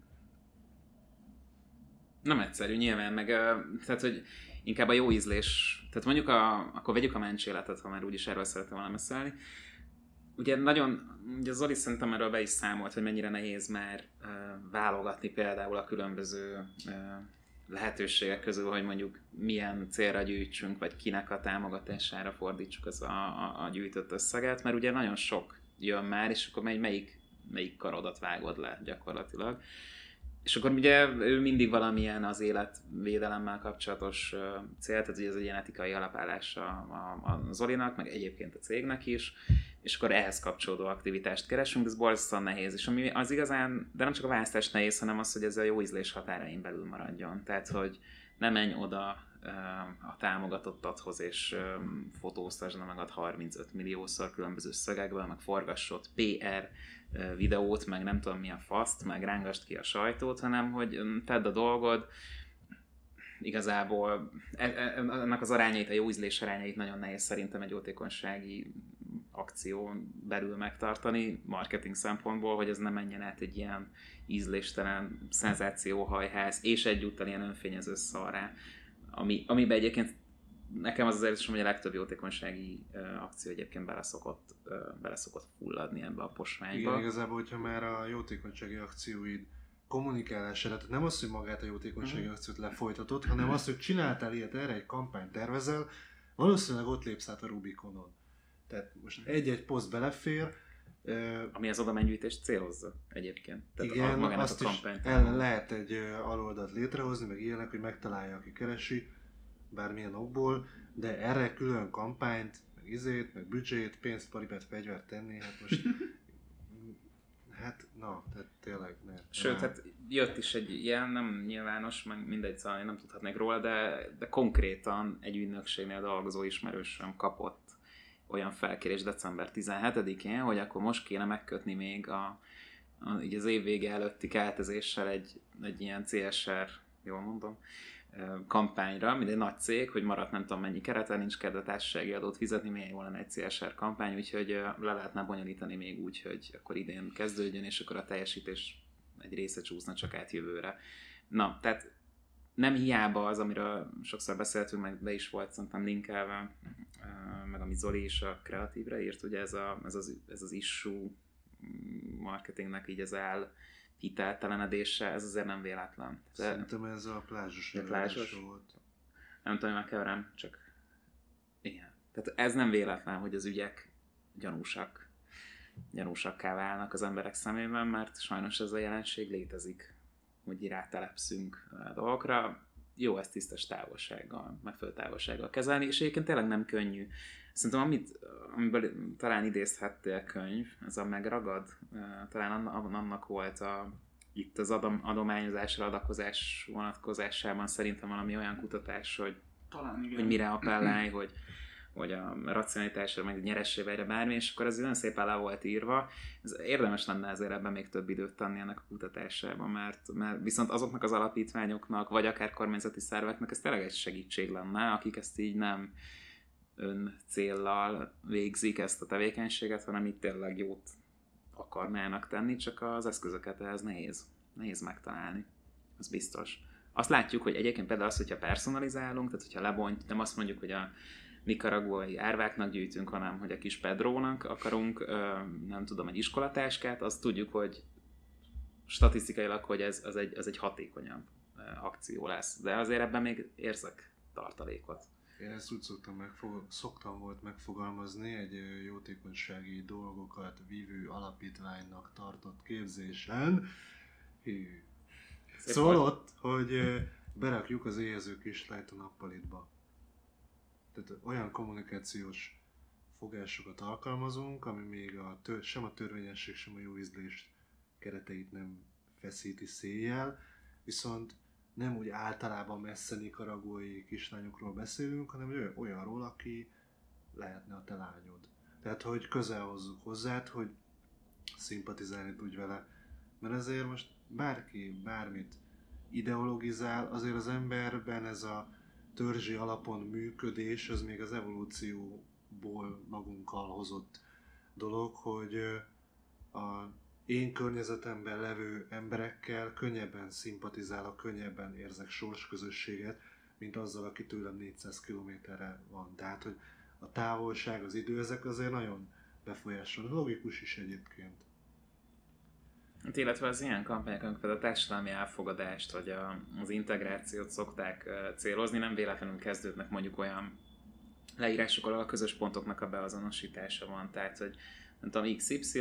Nem egyszerű, nyilván, meg tehát, hogy inkább a jó ízlés, tehát mondjuk akkor vegyük a mencséletet, ha már úgyis erről szeretem volna beszélni. Ugye ugye Zoli szerintem erről be is számolt, hogy mennyire nehéz már válogatni például a különböző lehetőségek közül, hogy mondjuk milyen célra gyűjtsünk, vagy kinek a támogatására fordítsuk a gyűjtött összeget, mert ugye nagyon sok jön már, és akkor melyik karodat vágod le gyakorlatilag. És akkor ugye ő mindig valamilyen az életvédelemmel kapcsolatos cél, tehát ugye ez egy ilyen etikai alapállása a Zolinak, meg egyébként a cégnek is, és akkor ehhez kapcsolódó aktivitást keresünk, de ez borzasztóan nehéz. És ami az igazán, de nem csak a választás nehéz, hanem az, hogy ez a jó ízlés határain belül maradjon. Tehát, hogy ne menj oda a támogatottathoz, és fotóztasd magad 35 milliószor különböző szögekből, meg forgassod PR videót, meg nem tudom mi a faszt, meg rángasd ki a sajtót, hanem hogy tedd a dolgod. Igazából ennek az arányait, a jó ízlés arányait nagyon nehéz szerintem egy jótékonysági akción belül megtartani, marketing szempontból, hogy ez ne menjen át egy ilyen ízléstelen szenzációhajház, és egyúttal ilyen önfényező szarrá, amiben egyébként nekem az érzésem, hogy a legtöbb jótékonysági akció egyébként bele szokott fulladni ebbe a posványba. Igen, igazából, hogyha már a jótékonysági akcióid kommunikálására, tehát nem az, hogy magát a jótékonysági akciót lefolytatod, hanem az, hogy csináltál ilyet, erre egy kampányt tervezel, valószínűleg ott lépsz át a Rubikonon. Tehát most egy-egy poszt belefér. Ami az adománygyűjtést célozza egyébként. Tehát igen, azt is lehet egy aloldat létrehozni, meg ilyenek, hogy megtalálja, aki keresi, bármilyen okból, de erre külön kampányt, meg izét, meg büdzsét, pénzt, paripát, fegyvert tenni, hát most... tehát tényleg ne. Sőt, hát jött is egy ilyen, nem nyilvános, meg mindegy, szóval én nem tudhatnék róla, de konkrétan egy ügynökségnél dolgozó ismerősöm kapott olyan felkérés december 17-én, hogy akkor most kéne megkötni még így az év vége előtti keltezéssel egy ilyen CSR, jól mondom, kampányra, mint egy nagy cég, hogy maradt nem tudom mennyi kerete, nincs kedve társasági adót fizetni, milyen jól lenne egy CSR kampány, úgyhogy le lehetne bonyolítani még úgy, hogy akkor idén kezdődjön, és akkor a teljesítés egy része csúszna csak át jövőre. Na, tehát nem hiába az, amiről sokszor beszéltünk, meg be is volt szerintem linkelve, meg amit Zoli is a kreatívre írt, ugye ez az issue marketingnek így az hiteltelenedése, ez azért nem véletlen. Szerintem ez a plázsos volt. Nem tudom, megkeverem, csak igen. Tehát ez nem véletlen, hogy az ügyek gyanúsakká válnak az emberek szemében, mert sajnos ez a jelenség létezik, hogy rátelepszünk a dolgokra. jó ezt tisztes távolsággal, megfelelő távolsággal kezelni, és egyébként tényleg nem könnyű. Szerintem amiből talán idézhettél könyv, ez a Megragad, talán annak volt itt az adományozásra, adakozás vonatkozásában szerintem valami olyan kutatás, hogy, talán igen. hogy mire appellálj, hogy a racionalitásra, meg a nyerességre bármi, és akkor ez nagyon szépen le volt írva. Ez érdemes lenne ezért ebben még több időt tenni ennek a kutatásában, mert viszont azoknak az alapítványoknak, vagy akár kormányzati szerveknek ez tényleg egy segítség lenne, akik ezt így nem öncéllal végzik ezt a tevékenységet, hanem itt tényleg jót akarnának tenni, csak az eszközöket ehhez nehéz megtalálni. Az biztos. Azt látjuk, hogy egyébként például az, hogyha personalizálunk, tehát hogyha lebontjuk, nem azt mondjuk, hogy a nikaraguai árváknak gyűjtünk, hanem hogy a kis Pedrónak akarunk, nem tudom, egy iskolatáskát, azt tudjuk, hogy statisztikailag, hogy ez egy hatékonyabb akció lesz. De azért ebben még érzek tartalékot. Én ezt úgy szoktam volt megfogalmazni egy jótékonysági dolgokat vívő alapítványnak tartott képzésen. Szóval ott, hogy berakjuk az éhező kislányt a nappalitba. Tehát olyan kommunikációs fogásokat alkalmazunk, ami még sem a törvényesség, sem a jó ízlés kereteit nem feszíti széjjel, viszont nem úgy általában messze nikaraguai kislányokról beszélünk, hanem olyanról, aki lehetne a te lányod. Tehát, hogy közel hozzuk hozzád, hogy szimpatizálni tudj vele. Mert ezért most bárki bármit ideologizál, azért az emberben ez a törzsi alapon működés, az még az evolúcióból magunkkal hozott dolog, hogy a én környezetemben levő emberekkel könnyebben szimpatizálok, könnyebben érzek sorsközösséget, mint azzal, aki tőlem 400 kilométerre van. Tehát, hogy a távolság, az idő, ezek azért nagyon befolyásolnak. Logikus is egyébként. Illetve az ilyen kampányok, amikor például a társadalmi elfogadást, vagy az integrációt szokták célozni, nem véletlenül kezdődnek mondjuk olyan leírások, ahol a közös pontoknak a beazonosítása van. Tehát, hogy nem tudom, XY,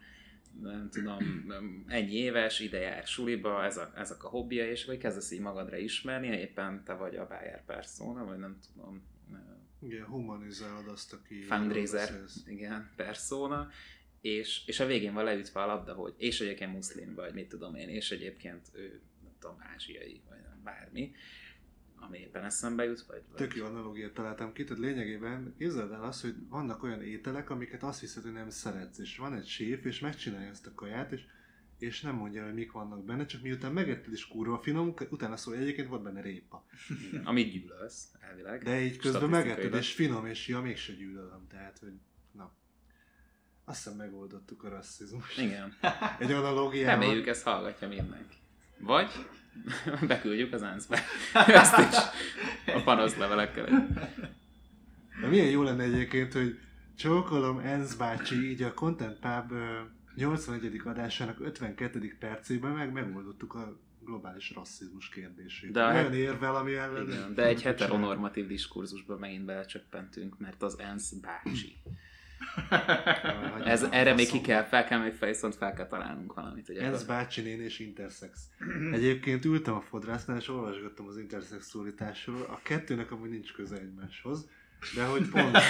nem tudom, ennyi éves, ide jár suliba, ezek a hobbija, és vagy kezdesz így magadra ismerni, éppen te vagy a buyer persona, vagy nem tudom. Igen, humanizálod azt, aki... Fundraiser, igen, persona. És a végén van leütve a labda, hogy és egyébként muszlim, vagy mit tudom én, és egyébként ő, nem tudom, ázsiai, vagy bármi, ami éppen eszembe jut, vagy... Tök jó analógiát találtam ki, tehát lényegében képzeld el azt, hogy vannak olyan ételek, amiket azt hiszed, hogy nem szeretsz, és van egy séf, és megcsinálja ezt a kaját, és nem mondja, hogy mik vannak benne, csak miután megetted is kurva finom, utána szól, egyébként volt benne répa. Amit gyűlölsz, elvileg. De így közben megetted, és finom, és ja, mégse gyűlölöm, tehát, hogy na. Azt hiszem megoldottuk a rasszizmust. Igen. Egy analógiával. Reméljük, ezt hallgatja mindenki. Vagy beküldjük az ENSZ-be. Ezt is a panaszlevelekkel. De milyen jó lenne egyébként, hogy csókolom ENSZ bácsi, így a Content Pub 81. adásának 52. percében megoldottuk a globális rasszizmus kérdését. De olyan érvel, ami ellen... Igen, de egy heteronormatív diskurzusba megint belecsöppentünk, mert az ENSZ bácsi. Erre még fel kell találnunk valamit. ENSZ bácsi nén és intersex. Egyébként ültem a fodrásznál és olvasgattam az interszexualitásról. A kettőnek amúgy nincs köze egymáshoz, de hogy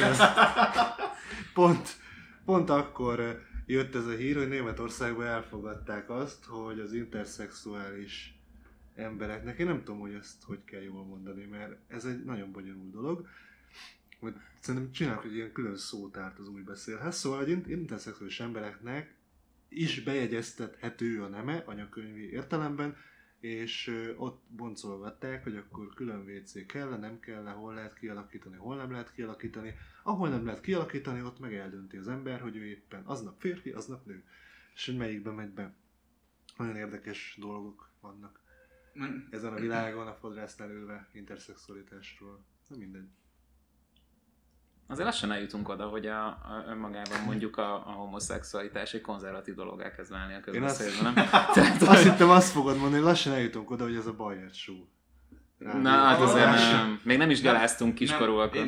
pont akkor jött ez a hír, hogy Németországban elfogadták azt, hogy az interszexuális embereknek, én nem tudom, hogy ezt hogy kell jól mondani, mert ez egy nagyon bonyolult dolog, hogy szerintem csinálok egy ilyen külön szótárt az új beszélhez, szóval hogy interszexuális embereknek is bejegyeztethető a neme anyakönyvi értelemben, és ott boncolgatták, hogy akkor külön WC kell, nem kell, hol lehet kialakítani, hol nem lehet kialakítani. Ahol nem lehet kialakítani, ott meg eldönti az ember, hogy ő éppen aznap férfi, aznap nő. És hogy melyikbe megy be. Nagyon érdekes dolgok vannak ezen a világon, a fodrásznál ülve interszexualitásról. Nem mindegy. Azért lassan eljutunk oda, hogy önmagában mondjuk a homoszexualitás egy konzervatív dolog elkezd válni a közbeszédben, nem? Azt hittem, azt fogod mondani, hogy lassan eljutunk oda, hogy ez a Bayer Show. Na, hát azért nem. Még nem is gyaláztunk kiskorúakat.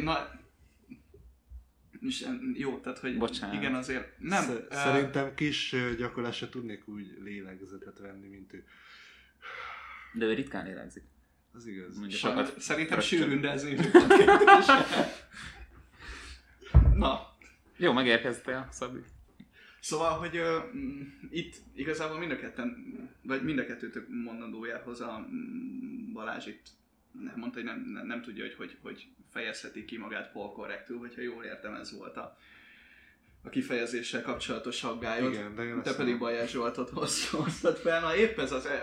Jó, tehát hogy bocsánat. Igen, azért nem. Szerintem kis gyakorlásra tudnék úgy lélegzetet venni, mint ő. De ő ritkán lélegzik. Az igaz. Szerintem sűrűn, de ez Na. Jó, megérkeztél, Szabi. Szóval, hogy itt igazából mind a kettőtök mondandójához a Balázs itt mondta, hogy nem tudja, hogy fejezheti ki magát polkorrektül, hogyha jól értem, ez volt a kifejezéssel kapcsolatos aggályod. Igen, de te pedig Bajer Zsoltot hoztad fel. Na épp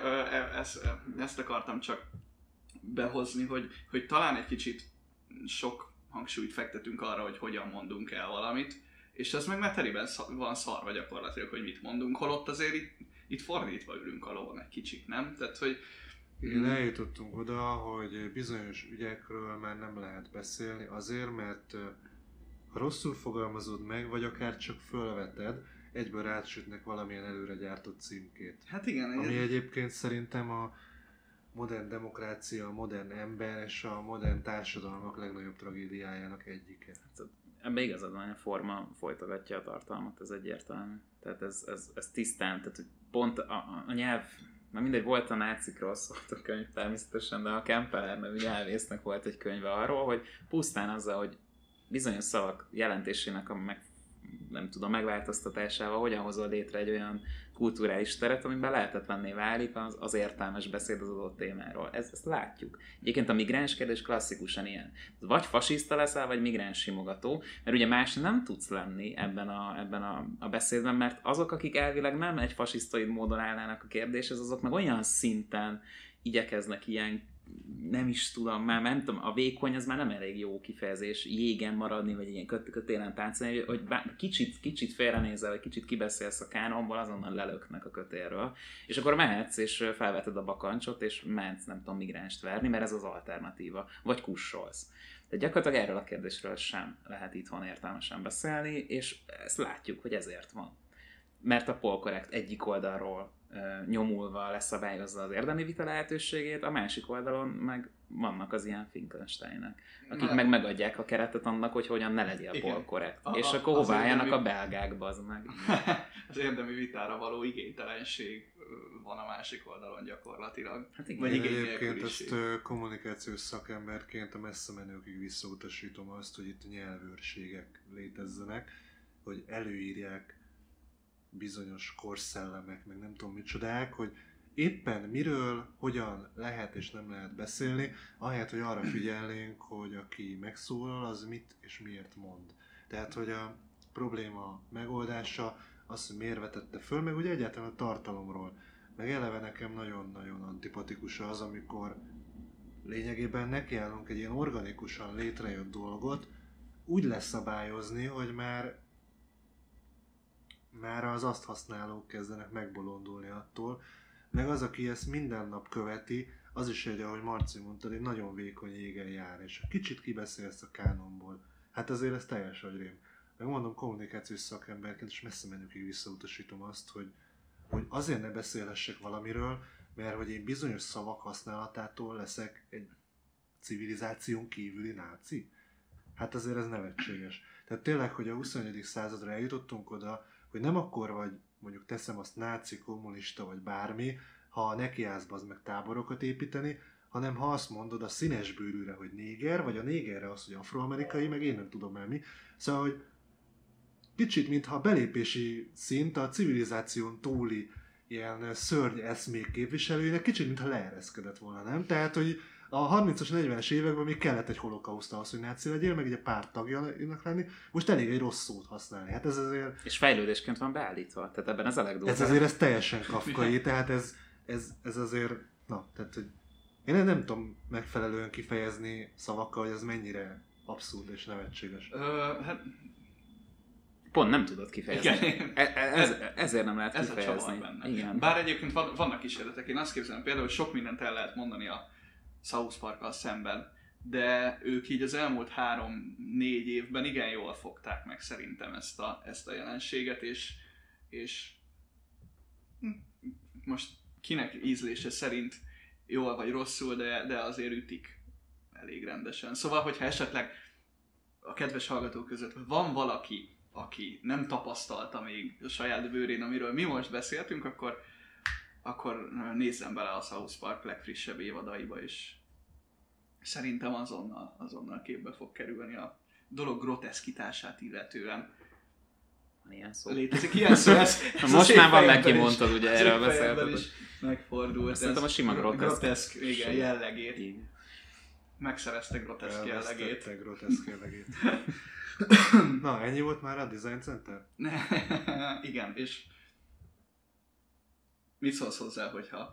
ezt akartam csak behozni, hogy talán egy kicsit sok hangsúlyt fektetünk arra, hogy hogyan mondunk el valamit, és ez meg már teriben van szarva gyakorlatilag, hogy mit mondunk, holott azért itt fordítva ülünk a lovon egy kicsit, nem? Tehát, hogy igen, eljutottunk oda, hogy bizonyos ügyekről már nem lehet beszélni azért, mert ha rosszul fogalmazod meg, vagy akár csak fölveted, egyből rátsütnek valamilyen előre gyártott címkét. Hát igen. Ami egyébként szerintem a modern demokrácia, a modern ember és a modern társadalmak legnagyobb tragédiájának egyike. Ebben igazad van, a forma folytogatja a tartalmat, ez egyértelmű. Tehát ez tisztán, tehát pont a nyelv, na mindegy, volt a nácikról szólt a könyv természetesen, de a Kempeler nevű nyelvésznek volt egy könyve arról, hogy pusztán azzal, hogy bizonyos szavak jelentésének a megváltoztatásával hogyan hozol létre egy olyan kulturális teret, amiben lehetetlenné válik az értelmes beszéd az adott témáról. Ezt látjuk. Egyébként a migráns kérdés klasszikusan ilyen. Vagy fasiszta leszel, vagy migráns simogató, mert ugye más nem tudsz lenni ebben a beszédben, mert azok, akik elvileg nem egy fasisztoid módon állnának a kérdéshez, azok meg olyan szinten igyekeznek ilyen, nem is tudom, már nem tudom, a vékony az már nem elég jó kifejezés, jégen maradni, vagy ilyen kötélen táncolni, hogy kicsit félrenézel, vagy kicsit kibeszélsz a kánonból, azonnal lelöknek a kötélről. És akkor mehetsz, és felveted a bakancsot, és mehetsz, nem tudom, migránst verni, mert ez az alternatíva. Vagy kussolsz. Tehát gyakorlatilag erről a kérdésről sem lehet itthon értelmesen beszélni, és ezt látjuk, hogy ezért van. Mert a polkorrekt egyik oldalról nyomulva leszabályozza az érdemi vita lehetőségét, a másik oldalon meg vannak az ilyen Finkelsteinek, akik meg megadják a keretet annak, hogy hogyan ne legyél polkorrekt. És akkor hová álljanak a belgák, bazd meg. Az érdemi vitára való igénytelenség van a másik oldalon gyakorlatilag. Hát igen. Vagy egyébként ezt kommunikációs szakemberként a messze menőkig visszautasítom azt, hogy itt nyelvőrségek létezzenek, hogy előírják bizonyos korszellemek, meg nem tudom micsodák, hogy éppen miről, hogyan lehet és nem lehet beszélni, ahelyett, hogy arra figyelnénk, hogy aki megszólal, az mit és miért mond. Tehát, hogy a probléma megoldása, az, hogy miért vetette föl, meg ugye egyáltalán a tartalomról. Meg eleve nekem nagyon-nagyon antipatikus az, amikor lényegében nekiállunk egy ilyen organikusan létrejött dolgot úgy leszabályozni, hogy már az azt használók kezdenek megbolondulni attól, meg az, aki ezt minden nap követi, az is egy, ahogy Marci mondta, egy nagyon vékony jégen jár, és ha kicsit kibeszélsz a kánonból, hát azért ez teljes agyrém. Meg mondom, kommunikációs szakemberként, és messze menőkig visszautasítom azt, hogy azért ne beszélhessek valamiről, mert hogy én bizonyos szavak használatától leszek egy civilizáción kívüli náci. Hát azért ez nevetséges. Tehát tényleg, hogy a 21. századra eljutottunk oda, hogy nem akkor vagy, mondjuk teszem azt náci, kommunista vagy bármi, ha nekiállsz bazd meg táborokat építeni, hanem ha azt mondod a színes bőrűre, hogy néger, vagy a négerre az, hogy afroamerikai, meg én nem tudom már mi. Szóval, hogy kicsit, mintha a belépési szint a civilizáción túli ilyen szörny eszmék képviselőinek kicsit, mintha leereszkedett volna, nem? Tehát, hogy a 30-as, 40-es években még kellett egy holokauszt ahhoz, hogy náci legyél, meg egy párt tagjának lenni, most elég egy rossz szót használni. Hát ez azért... És fejlődésként van beállítva, tehát ebben ez a legdurvább. Ez azért teljesen kafkai, tehát ez azért... Na, tehát, hogy én nem tudom megfelelően kifejezni szavakkal, hogy ez mennyire abszurd és nevetséges. Hát... Pont nem tudod kifejezni. Ezért nem lehet kifejezni. Igen. Bár egyébként vannak kísérletek, én azt képzelem például, hogy sok mindent el lehet mondani a South Parkkal szemben, de ők így az elmúlt 3-4 évben igen jól fogták meg szerintem ezt a jelenséget, és most kinek ízlése szerint jól vagy rosszul, de azért ütik elég rendesen. Szóval, hogyha esetleg a kedves hallgatók között van valaki, aki nem tapasztalta még a saját bőrén, amiről mi most beszéltünk, akkor nézzen bele a South Park legfrissebb évadaiba, és szerintem azonnal képbe fog kerülni a dolog groteszkitását illetően. Ilyen szó. Létezik ilyen szó, ez most már van neki mondtad, ugye erről beszélted. Megfordult. Szerintem a sima groteszk igen, jellegét. Igen. Megszerezte groteszk jellegét. Na, ennyi volt már a Design Center? Igen, és mit szólsz hozzá,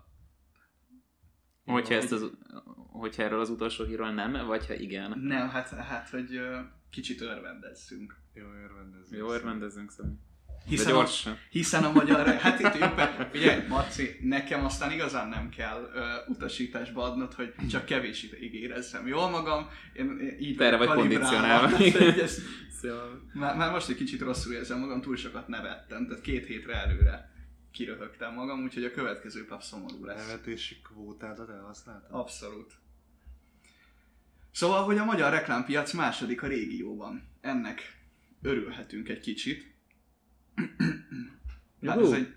hogyha erről az utolsó hírról nem, vagy ha igen? Nem, hát hogy kicsit örvendezzünk. Jó, örvendezzünk szerintem. Hiszen a magyar... Hát itt éppen, figyelj, Marci, nekem aztán igazán nem kell utasításba adnod, hogy csak kevés ideig érezzem jól magam. Én így te erre vagy kondicionálva. Már most egy kicsit rosszul érzem magam, túl sokat nevettem, tehát 2 hétre előre kiröhögtem magam, úgyhogy a következő pap szomorú lesz. Nevetési kvótádat elhasználtad? Abszolút. Szóval, hogy a magyar reklámpiac második a régióban. Ennek örülhetünk egy kicsit. Hát ez egy...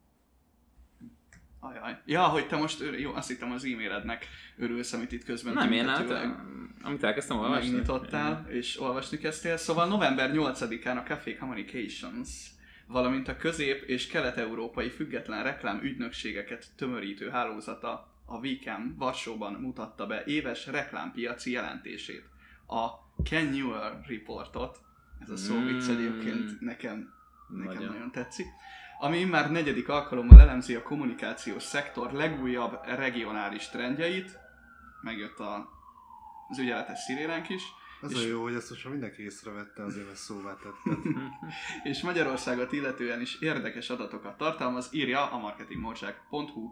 Ajaj. Ja, hogy te most jó, azt hittem az e-mailednek örülsz, amit itt közben nem, én amit elkezdtem olvasni. Megnyitottál, és olvasni kezdtél. Szóval november 8-án a Café Communications, valamint a közép- és kelet-európai független reklám ügynökségeket tömörítő hálózata, a Weekend Varsóban mutatta be éves reklámpiaci jelentését. A Kenure Reportot, ez a szó vicc egyébként nekem nagyon tetszik, ami már 4. alkalommal elemzi a kommunikációs szektor legújabb regionális trendjeit, megjött az ügyeletes szirénánk is. Az a jó, hogy ezt most mindenki észrevette, azért ezt szóvá tetted. És Magyarországot illetően is érdekes adatokat tartalmaz, írja a marketingmorság.hu.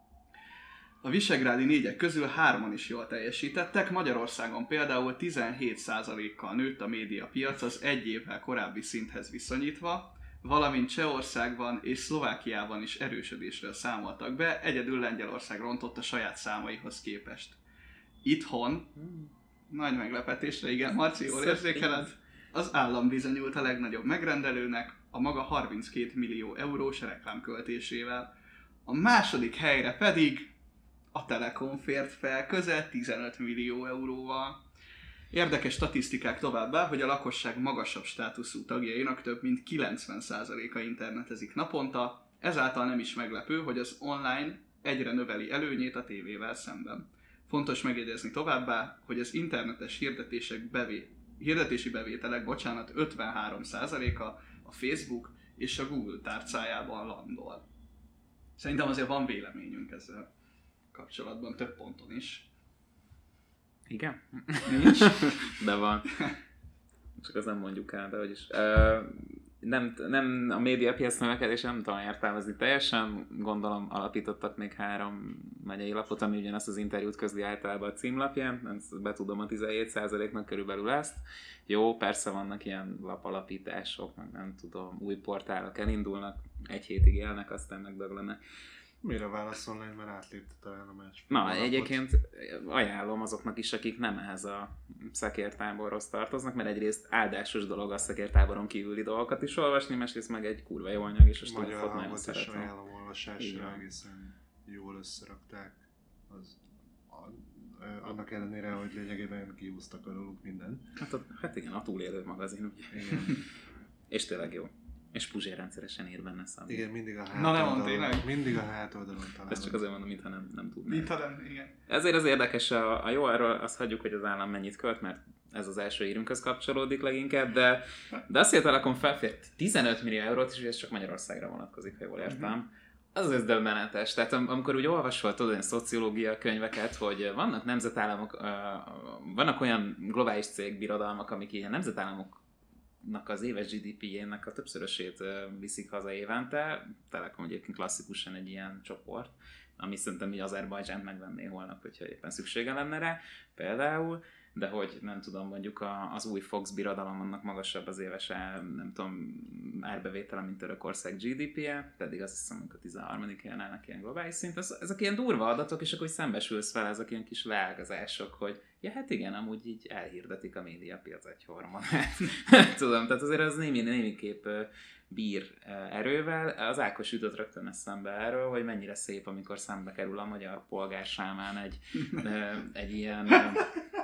A visegrádi 4-ek közül 3-an is jól teljesítettek, Magyarországon például 17%-kal nőtt a médiapiac az egy évvel korábbi szinthez viszonyítva, valamint Csehországban és Szlovákiában is erősödésről számoltak be, egyedül Lengyelország rontott a saját számaihoz képest. Itthon, nagy meglepetésre, igen, Marci, jól érzékeled, az állam bizonyult a legnagyobb megrendelőnek a maga 32 millió eurós reklámköltésével. A második helyre pedig a Telekom fért fel közel 15 millió euróval. Érdekes statisztikák továbbá, hogy a lakosság magasabb státuszú tagjainak több mint 90%-a internetezik naponta, ezáltal nem is meglepő, hogy az online egyre növeli előnyét a tévével szemben. Fontos megjegyezni továbbá, hogy az internetes hirdetési bevételek 53%-a a Facebook és a Google tárcájában landol. Szerintem azért van véleményünk ezzel kapcsolatban, több ponton is. Igen? Nincs? De van. Csak azt nem mondjuk el, de vagyis. Nem a médiapiac növekedése nem tudom értelmezni teljesen. Gondolom alapítottak még 3 megyei lapot, ami ugyanezt az interjút közli általában a címlapján. Ezt betudom a 17%-nak körülbelül ezt. Jó, persze vannak ilyen lapalapítások, meg nem tudom, új portálok elindulnak, 1 hétig élnek, aztán megdöglenek. Mire válaszolni, hogy már átlépte talán a meccs? Na, egyébként ajánlom azoknak is, akik nem ehhez a szekértáborhoz tartoznak, mert egyrészt áldásos dolog a szekértáboron kívüli dolgokat is olvasni, másrészt meg egy kurva jó anyag, és a Stumpfot nagyon szeretem. Magyar ajánlom olvasásra, egészen jól összerakták. Annak ellenére, hogy lényegében kihúztak alóluk mindent. Hát igen, a túlélő magazin. Igen. És tényleg jó. És Puzsér rendszeresen ír benne számít. Igen, mindig a hátoldalon. Mindig a hátoldalon találom. Ezt csak azért mondom, mintha nem tudnám. Mintha nem, igen. Ezért az érdekes, a jó, erről azt hagyjuk, hogy az állam mennyit költ, mert ez az első írünkhöz kapcsolódik leginkább, de azt, hogy a Telekom felfért 15 millió eurót, és ez csak Magyarországra vonatkozik, ha jól értem. Az döbbenetes. Tehát amikor úgy olvasol, tudod, olyan szociológia könyveket, hogy vannak nemzetállamok, vannak olyan globális cégbirodalmak, amik ilyen nemzetállamok az éves GDP-jének a többszörösét viszik haza évente. Telekom egyébként klasszikusan egy ilyen csoport, ami szerintem így Azerbajdzsánt megvenné holnap, hogyha éppen szüksége lenne rá, például, de hogy nem tudom, mondjuk az új Fox birodalom, annak magasabb az éves nem tudom, árbevétele, mint Törökország GDP-je, pedig azt hiszem, hogy a 13. helyen állnak ilyen globális szint. Ezek ilyen durva adatok, és akkor szembesülsz fel ezek ilyen kis leágazások, hogy ja, hát igen, amúgy így elhirdetik a médiapiac egy hormonát. Tudom, tehát azért az némiképp bír erővel. Az Ákos jutott rögtön eszembe erről, hogy mennyire szép, amikor szembe kerül a magyar polgár sámán egy ilyen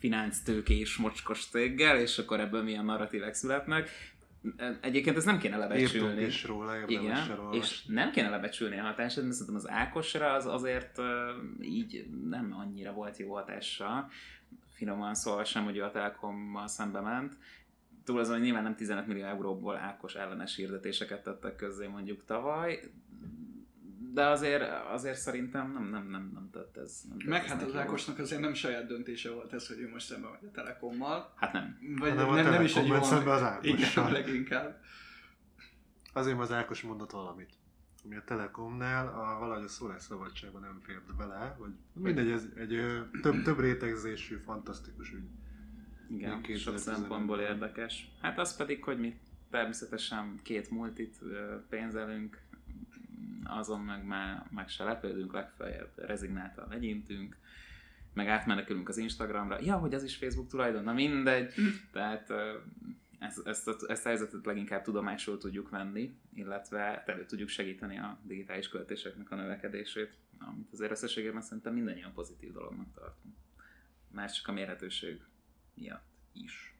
finansztőkés mocskos céggel, és akkor ebből milyen narratívek születnek. Egyébként ezt nem kéne lebecsülni. Írtunk is róla, igen, és nem kéne lebecsülni a hatását, mert szerintem az Ákosra az azért így nem annyira volt jó hatással. Finoman szólva sem, hogy ő a Telekommal szembe ment. Túl azon, hogy nyilván nem 15 millió euróból Ákos ellenes hirdetéseket tettek közzé mondjuk tavaly, de azért szerintem nem tett ez. Meg hát az Ákosnak azért nem saját döntése volt ez, hogy ő most szembe megy a Telekommal. Hát nem. Vagy nem is egy jó szembe az Ákossal. Igen, leginkább. Azért az Ákos mondott valamit, ami a Telekomnál valahogy a szólásszabadságban nem fért bele, hogy mindegy, ez egy több rétegzésű, fantasztikus ügy. Igen, sok szempontból érdekes. Hát az pedig, hogy mi természetesen 2 multit pénzelünk, azon meg se lepődünk, legfeljebb rezignáltan legyintünk, meg átmenekülünk az Instagramra. Ja, hogy az is Facebook tulajdon, na mindegy. Tehát ezt a helyzetet leginkább tudomásul tudjuk venni, illetve elő tudjuk segíteni a digitális költéseknek a növekedését, amit azért összességében szerintem mindannyian pozitív dolognak tartunk. Már csak a mérhetőség miatt is.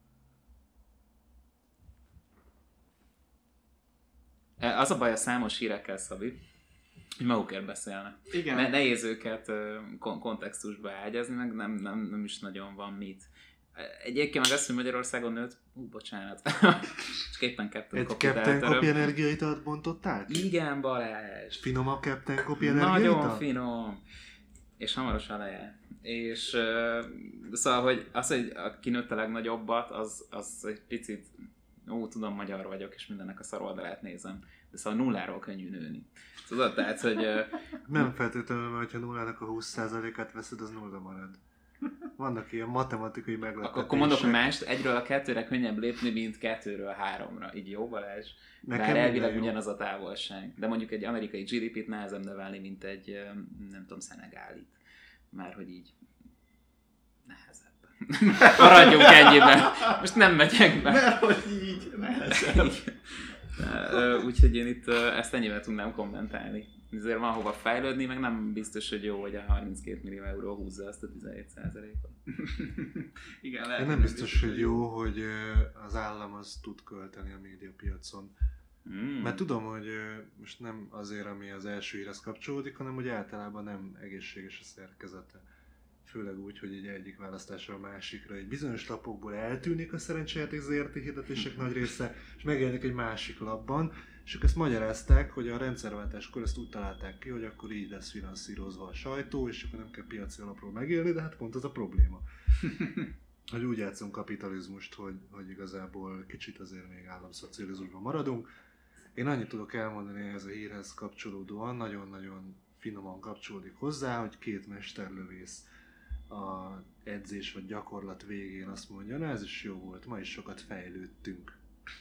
Az a baj a számos hírekkel, Szabi, hogy magukért beszélnek. Igen. Nehéz őket kontextusba ágyazni, meg nem is nagyon van mit. Egyébként meg azt, hogy Magyarországon nőtt, bocsánat, csak éppen Captain Copy. Egy Captain Copy energiaitalt bontottál? Igen, Balázs. Finomabb Captain Copy energiaital? Nagyon finom. És hamarosan lejár. És szóval, hogy az, hogy kinőtt a legnagyobbat, az egy picit, tudom, magyar vagyok, és mindennek a szaroldalát nézem, de szóval nulláról könnyű nőni. Tudod, tehát, hogy... Nem feltétlenül, mert ha nullának a 20%-át veszed, az nulla marad. Vannak ilyen matematikai meglepetések. Akkor mondok, hogy mást, 1-ről a 2-re könnyebb lépni, mint 2-ről 3-ra. Így jó, Balázs? Bár elvileg ugyanaz a távolság. De mondjuk egy amerikai GDP-t nehezebb növelni, mint egy, nem tudom, szenegálit. Már hogy így nehezebb. Maradjunk ennyiben. Most nem megyek be. Mert hogy így nehezebb. Úgyhogy én itt ezt ennyivel tudnám kommentálni. Ezért van hova fejlődni, meg nem biztos, hogy jó, hogy a 32 millió euró húzza azt a 17%-ot. Igen, lehet. Nem biztos, hogy jó, hogy az állam az tud költeni a médiapiacon. Mert tudom, hogy most nem azért, ami az első hírhez kapcsolódik, hanem hogy általában nem egészséges a szerkezete. Főleg úgy, hogy egyik választásra a másikra egy bizonyos lapokból eltűnik a szerencsejáték ZRT hirdetések nagy része, és megjelenik egy másik lapban, és ők ezt magyarázták, hogy a rendszerváltáskor ezt úgy találták ki, hogy akkor így lesz finanszírozva a sajtó, és akkor nem kell piaci alapról megélni, de hát pont az a probléma. Hogy úgy játszunk kapitalizmust, hogy igazából kicsit azért még államszocializmusban maradunk. Én annyit tudok elmondani ez a hírhez kapcsolódóan, nagyon-nagyon finoman kapcsolódik hozzá, hogy 2 mesterlövész a edzés vagy gyakorlat végén azt mondja, na ez is jó volt, ma is sokat fejlődtünk.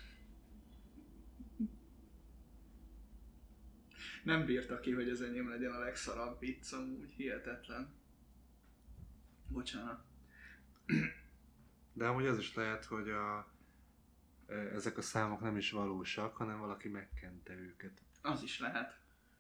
Nem bírta ki, hogy az enyém legyen a legszarabb vicc, amúgy hihetetlen. Bocsánat. De amúgy az is lehet, hogy ezek a számok nem is valósak, hanem valaki megkente őket. Az is lehet.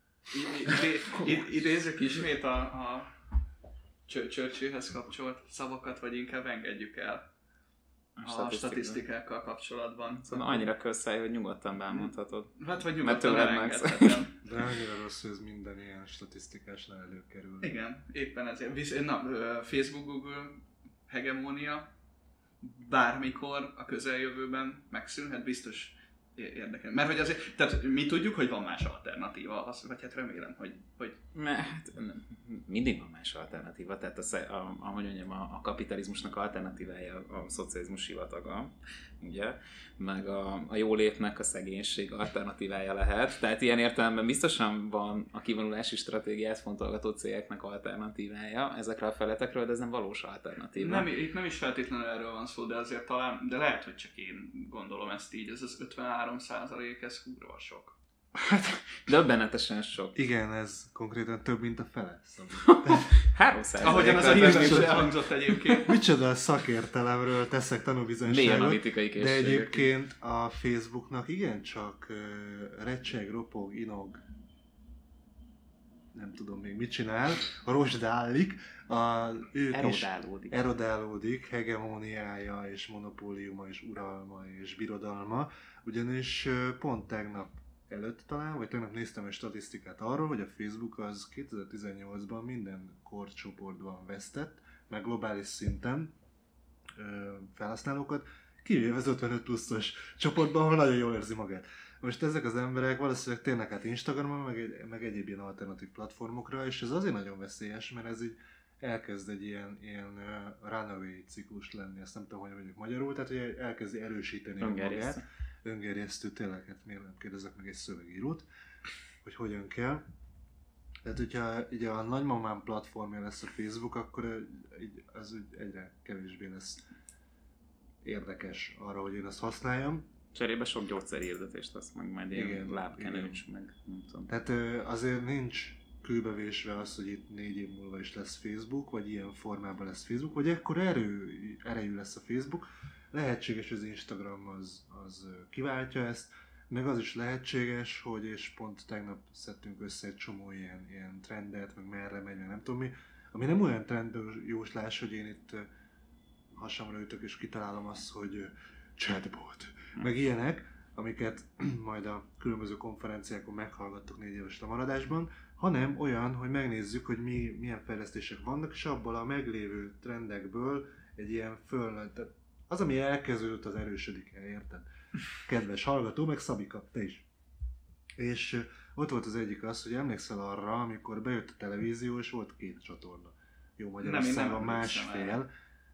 Idézzük ismét a Churchillhez kapcsolt szavakat, vagy inkább engedjük el a statisztikákkal kapcsolatban. Szóval annyira közszáj, hogy nyugodtan bemondhatod. Hát vagy nyugodtan elengedhetem. De annyira rossz, hogy ez minden ilyen statisztikásnál előkerül. Igen, éppen ezért. Facebook, Google hegemónia bármikor a közeljövőben megszűnhet, biztos érdekel. Mert hogy azért, tehát mi tudjuk, hogy van más alternatíva, vagy hát remélem, hogy... Hát mindig van más alternatíva, tehát ahogy mondjam, a kapitalizmusnak alternatívája a szocializmus sivataga, ugye, meg a jólétnek a szegénység alternatívája lehet, tehát ilyen értelemben biztosan van a kivonulási stratégiát fontolgató cégeknek alternatívája ezekre a feletekről, de ez nem valós alternatíva. Itt nem is feltétlenül erről van szó, de azért talán, de lehet, hogy csak én gondolom ezt így, ez az 53%, ez kurva sok. Hát, döbbenetesen sok. Igen, ez konkrétan több, mint a fele. 300%. Ahogyan az a hírben is elhangzott egyébként. Micsoda szakértelemről teszek tanúbizonyságot, de egyébként a Facebooknak igencsak recseg, ropog, inog. nem tudom még mit csinál, rozsdállik, erodálódik hegemóniája és monopóliuma és uralma és birodalma, ugyanis pont tegnap előtt talán, vagy tegnap néztem egy statisztikát arról, hogy a Facebook az 2018-ban minden korcsoportban vesztett, meg globális szinten felhasználókat, kivéve az 55 pluszos csoportban, ahol nagyon jól érzi magát. Most ezek az emberek valószínűleg térnek át Instagramon, meg egyéb ilyen alternatív platformokra, és ez azért nagyon veszélyes, mert ez így elkezd egy ilyen runaway ciklus lenni, ezt nem tudom, hogy mondjuk magyarul, tehát hogy elkezdi erősíteni magát. Öngerjesztő, tényleg, hát miért nem kérdezek meg egy szövegírót, hogy hogyan kell. Tehát, hogyha így a nagymamám platformja lesz a Facebook, akkor az úgy egyre kevésbé lesz érdekes arra, hogy én ezt használjam. Cserébe sok gyógyszerhirdetést lesz, meg majd ilyen lábkenőcs, meg nem tudom. Tehát azért nincs kőbevésve az, hogy itt 4 év múlva is lesz Facebook, vagy ilyen formában lesz Facebook, vagy ekkor erejű lesz a Facebook. Lehetséges, hogy az Instagram az kiváltja ezt, meg az is lehetséges, hogy és pont tegnap szedtünk össze egy csomó ilyen trendet, meg merre megy, meg nem tudom mi, ami nem olyan trendjóslás, hogy én itt hasamra ütök és kitalálom azt, hogy chatbot, meg ilyenek, amiket majd a különböző konferenciákon meghallgattok 4 éves lemaradásban, hanem olyan, hogy megnézzük, hogy milyen fejlesztések vannak, és abból a meglévő trendekből egy ilyen tehát az, ami elkezdődött, az erősödik el, érted? Kedves hallgató, meg Szabika, te is. És ott volt az egyik az, hogy emlékszel arra, amikor bejött a televízió, és volt 2 csatorna. Jó, Magyarországon másfél,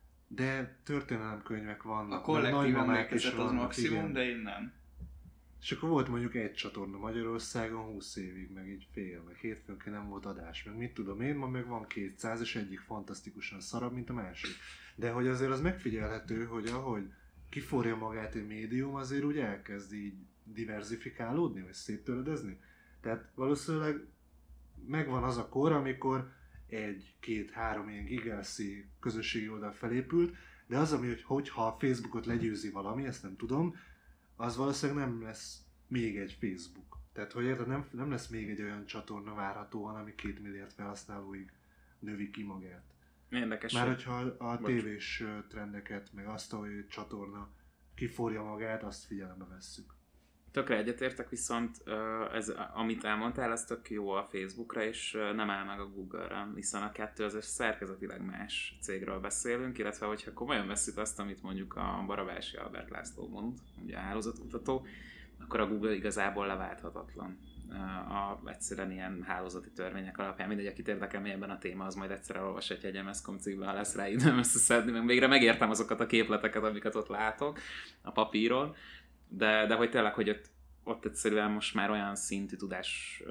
de történelemkönyvek vannak. A kollektív emlékezet az maximum, igen. De én nem. És akkor volt mondjuk 1 csatorna Magyarországon 20 évig, meg így fél, meg hétfőnként nem volt adás, meg mit tudom én, ma meg van 200, és egyik fantasztikusan szarabb, mint a másik. De hogy azért az megfigyelhető, hogy ahogy kiforja magát egy médium, azért úgy elkezd így diverzifikálódni, vagy széttöredezni. Tehát valószínűleg megvan az a kor, amikor 1, 2, 3 ilyen gigászi közösségi oldal felépült, de az, ami, hogyha a Facebookot legyőzi valami, ezt nem tudom, az valószínűleg nem lesz még egy Facebook. Tehát, hogy érted, nem lesz még egy olyan csatorna várhatóan, ami 2 milliárd felhasználóig növi ki magát. Érdekes. Már hogyha a tévés trendeket, meg azt, hogy egy csatorna kiforja magát, azt figyelembe vesszük. Tökre egyetértek, viszont ez, amit elmondtál, az tök jó a Facebookra, és nem áll meg a Google-ra, hiszen a kettő az szerkezetileg más cégről beszélünk, illetve hogyha komolyan vesszük azt, amit mondjuk a Baravási Albert László mond, ugye a hálózatkutató, akkor a Google igazából leválthatatlan. Egyszerűen ilyen hálózati törvények alapján. Mindegy, akit érdekel ebben a téma, az majd egyszer elolvashatja egy MS.com cikkben, ha lesz rá időm összeszedni, meg végre megértem azokat a képleteket, amiket ott látok a papíron, de hogy tényleg, hogy ott egyszerűen most már olyan szintű tudás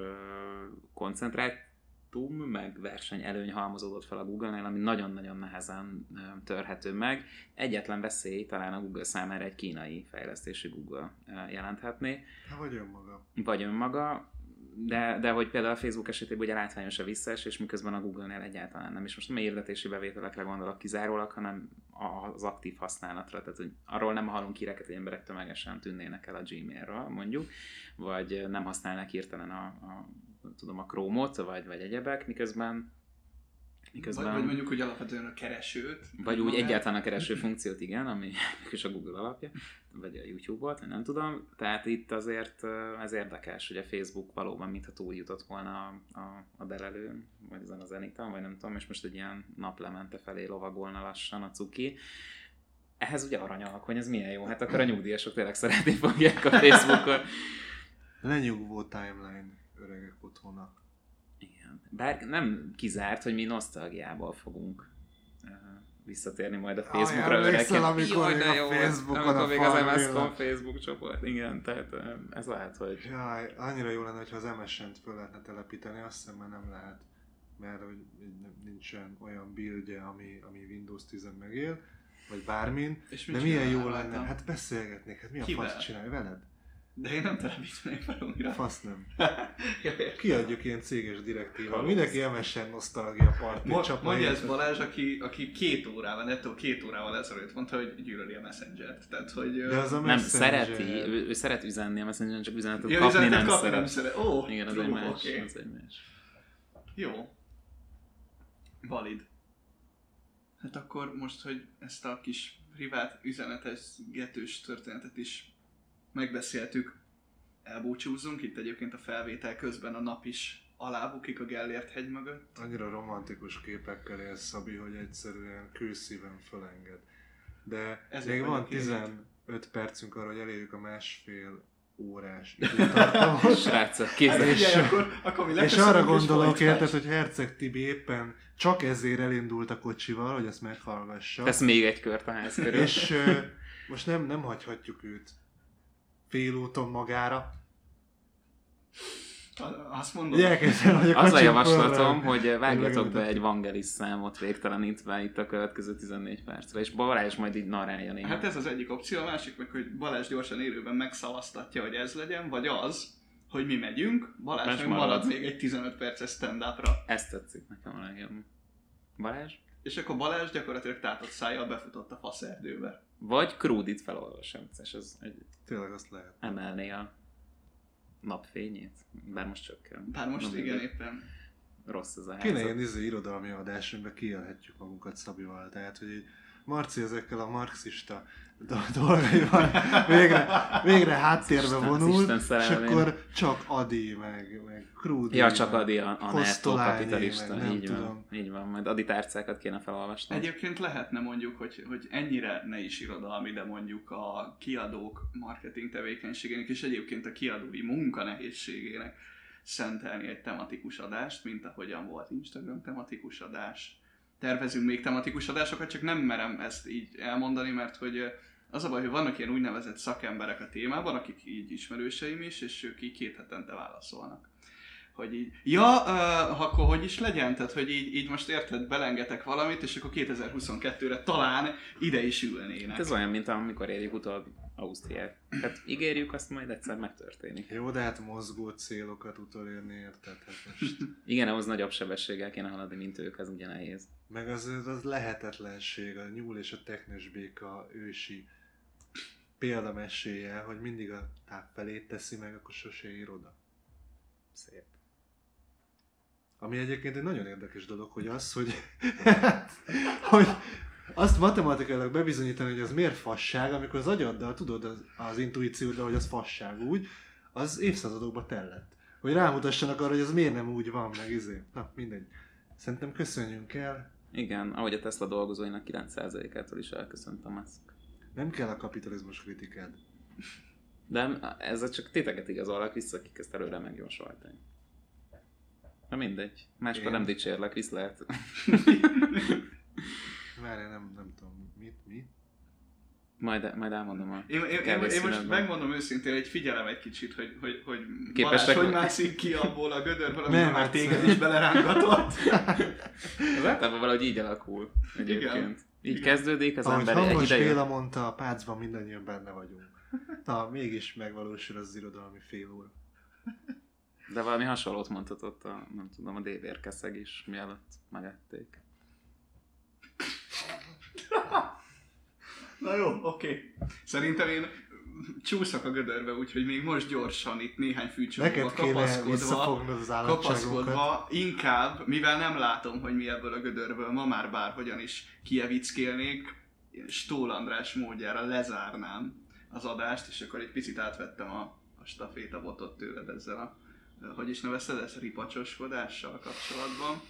koncentrátum, meg versenyelőny halmozódott fel a Google-nél, ami nagyon-nagyon nehezen törhető meg. Egyetlen veszély talán a Google számára egy kínai fejlesztési Google jelenthetné. Vagy önmaga. De hogy például a Facebook esetében ugye látványos a visszaesés, miközben a Google-nél egyáltalán nem. És most nem hirdetési bevételekre gondolok kizárólag, hanem az aktív használatra. Tehát hogy arról nem hallunk híreket, hogy emberek tömegesen tűnnének el a Gmailről mondjuk, vagy nem használnak hirtelen a Chrome-ot, vagy egyebek, miközben vagy mondjuk úgy alapvetően a keresőt. Vagy úgy egyáltalán a kereső funkciót, igen, ami is a Google alapja, vagy a YouTube-ot, nem tudom. Tehát itt azért ez érdekes, hogy a Facebook valóban mintha túljutott volna a delelőn, vagy ezen a Zeniten, vagy nem tudom, és most egy ilyen naplemente felé lovagolna lassan a cuki. Ehhez ugye aranyalak, ez milyen jó, hát akkor a nyugdíjasok tényleg szeretni fogják a Facebookon. Lenyugvó timeline öregek otthona. Igen. Bár nem kizárt, hogy mi nosztalgiából fogunk visszatérni majd a Facebookra öregek. Amikor még a Facebookon a még az MS.com Facebook csoport. Igen, tehát ez lehet, hogy... Jaj, annyira jó lenne, hogyha az MSN-t föl lehetne telepíteni, azt hiszem már nem lehet. Mert hogy nincsen olyan buildje, ami Windows 10-en megél, vagy bármin. De milyen jó lenne, hát beszélgetnék, hát mi a fasz csinálj veled? De én nem telepítenék fel újra. Fasz nem. Kiadjuk ilyen céges direktíva. Mindenki MSN nosztalgia partit csap. Mondja ezt Balázs, aki 2 órával, nettó 2 órával ezelőtt mondta, hogy gyűlöli a Messenger-t. Tehát, hogy... De az a nem, szereti, ő szeret üzenni a Messenger-en, csak üzenetet kapni nem szeret. Ó, igen, az egy más. Jó. Valid. Hát akkor most, hogy ezt a kis privát üzenetes, getős történetet is megbeszéltük, elbúcsúzzunk. Itt egyébként a felvétel közben a nap is alábukik a Gellért hegy mögött. Annyira romantikus képekkel élsz, Szabi, hogy egyszerűen kőszíven fölenged. De még van 15 percünk arra, hogy elérjük a másfél órás időtartamot. Srácok, és arra gondolok, érted, hogy Herceg Tibi éppen csak ezért elindult a kocsival, hogy ezt meghallgassa. Tesz még egy kört a ház körül. És most nem hagyhatjuk őt félúton magára. Azt mondom. Az a javaslatom, hogy vágjatok be egy Vangelis számot végtelenítve itt a következő 14 percre, és Balázs majd így narrálja néha. Hát ez az egyik opció, a másik meg, hogy Balázs gyorsan élőben megszavaztatja, hogy ez legyen, vagy az, hogy mi megyünk, Balázs meg marad még egy 15 perces stand-upra. Ezt tetszik nekem a legjobb. Balázs? És akkor Balázs gyakorlatilag tátott szájjal befutott a faszerdőbe. Vagy Krúdit felolvasom, és ez egy... Tényleg azt lehet. Emelné a napfényét, bár most csökken. Bár most igen, éppen. Rossz az a helyzet. Kéne ilyen irodalmi adásunkban kiélhetjük magunkat Szabival, tehát hogy így Marci ezekkel a marxista dolgaival végre háttérbe vonul, és akkor csak Adi, meg Krúdi, ja, csak Adi a nettó kapitalista, így van, majd Adi tárcákat kéne felolvasni. Egyébként lehetne mondjuk, hogy ennyire ne is irodalmi, de mondjuk a kiadók marketing tevékenységének, és egyébként a kiadói munkanehézségének szentelni egy tematikus adást, mint ahogyan volt Instagram tematikus adás. Tervezünk még tematikus adásokat, csak nem merem ezt így elmondani, mert hogy az a baj, hogy vannak ilyen úgynevezett szakemberek a témában, akik így ismerőseim is, és ők így 2 hetente válaszolnak. Hogy így, akkor hogy is legyen? Tehát, hogy így most érted, belengetek valamit, és akkor 2022-re talán ide is ülnének. Ez olyan, mint amikor érjük utóbb Ausztriát. Hát ígérjük, azt majd egyszer megtörténik. Jó, de hát mozgó célokat utolérni, érted? Hát most... Igen, ahhoz nagyobb sebességgel kéne haladni, mint ők, az ugye nehéz. Meg az lehetetlenség, a nyúl és a teknős béka ősi példamesséje, hogy mindig a táp felé teszi meg, akkor sose ér oda. Szép. Ami egyébként egy nagyon érdekes dolog, hogy az, hogy azt matematikailag bebizonyítani, hogy az miért fasság, amikor az agyaddal tudod az intuícióddal, hogy az fasság úgy, az évszázadokba tellett. Hogy rámutassanak arra, hogy az miért nem úgy van, meg izé. Na, mindegy. Szerintem köszönjünk el. Igen, ahogy a Tesla dolgozóinak 9%-ától is elköszönt a Musk. Nem kell a kapitalizmus kritikád. De ez csak titeket igazolnak vissza, akik ezt előre megjósolták. Na mindegy. Máskor nem dicsérlek, visz lehet. Várjál, nem tudom, mit? Majd elmondom a Én most megmondom őszintén, hogy figyelem egy kicsit, hogy képesek, Balázs, hogy mászik ki abból a gödörből, amiben már téged is belerángatott. Az általában valahogy így alakul egyébként. Igen. Így kezdődik az ember egy ideje. Ahogy Béla mondta, a Pácban mindannyian benne vagyunk. Na, mégis megvalósul az irodalmi fél óra. De valami hasonlót mondhatott a dévérkeszeg is, mielőtt megették. Na jó, oké. Szerintem én csúszok a gödörbe, úgyhogy még most gyorsan itt néhány fűcsomóba kapaszkodva, inkább, mivel nem látom, hogy mi ebből a gödörből ma már bárhogyan is kievickélnék, Stól András módjára lezárnám az adást, és akkor egy picit átvettem a stafétabotot tőled ezzel a, hogy is nevezted ezt, ripacsoskodással kapcsolatban.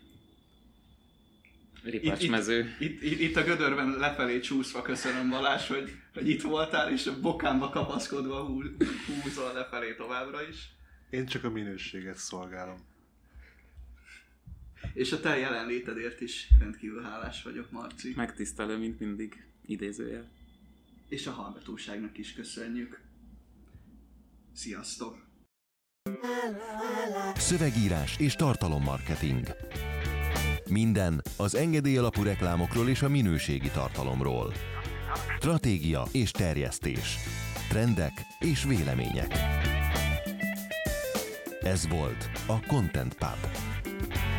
Ripacsmező. Itt a gödörben lefelé csúszva köszönöm, Balázs, hogy itt voltál, és a bokámba kapaszkodva húzol lefelé továbbra is. Én csak a minőséget szolgálom. És a te jelenlétedért is rendkívül hálás vagyok, Marci. Megtisztelő, mint mindig, idézőjel. És a hallgatóságnak is köszönjük. Sziasztok! Szövegírás és tartalommarketing. Minden az engedély alapú reklámokról és a minőségi tartalomról. Stratégia és terjesztés. Trendek és vélemények. Ez volt a Content Pub.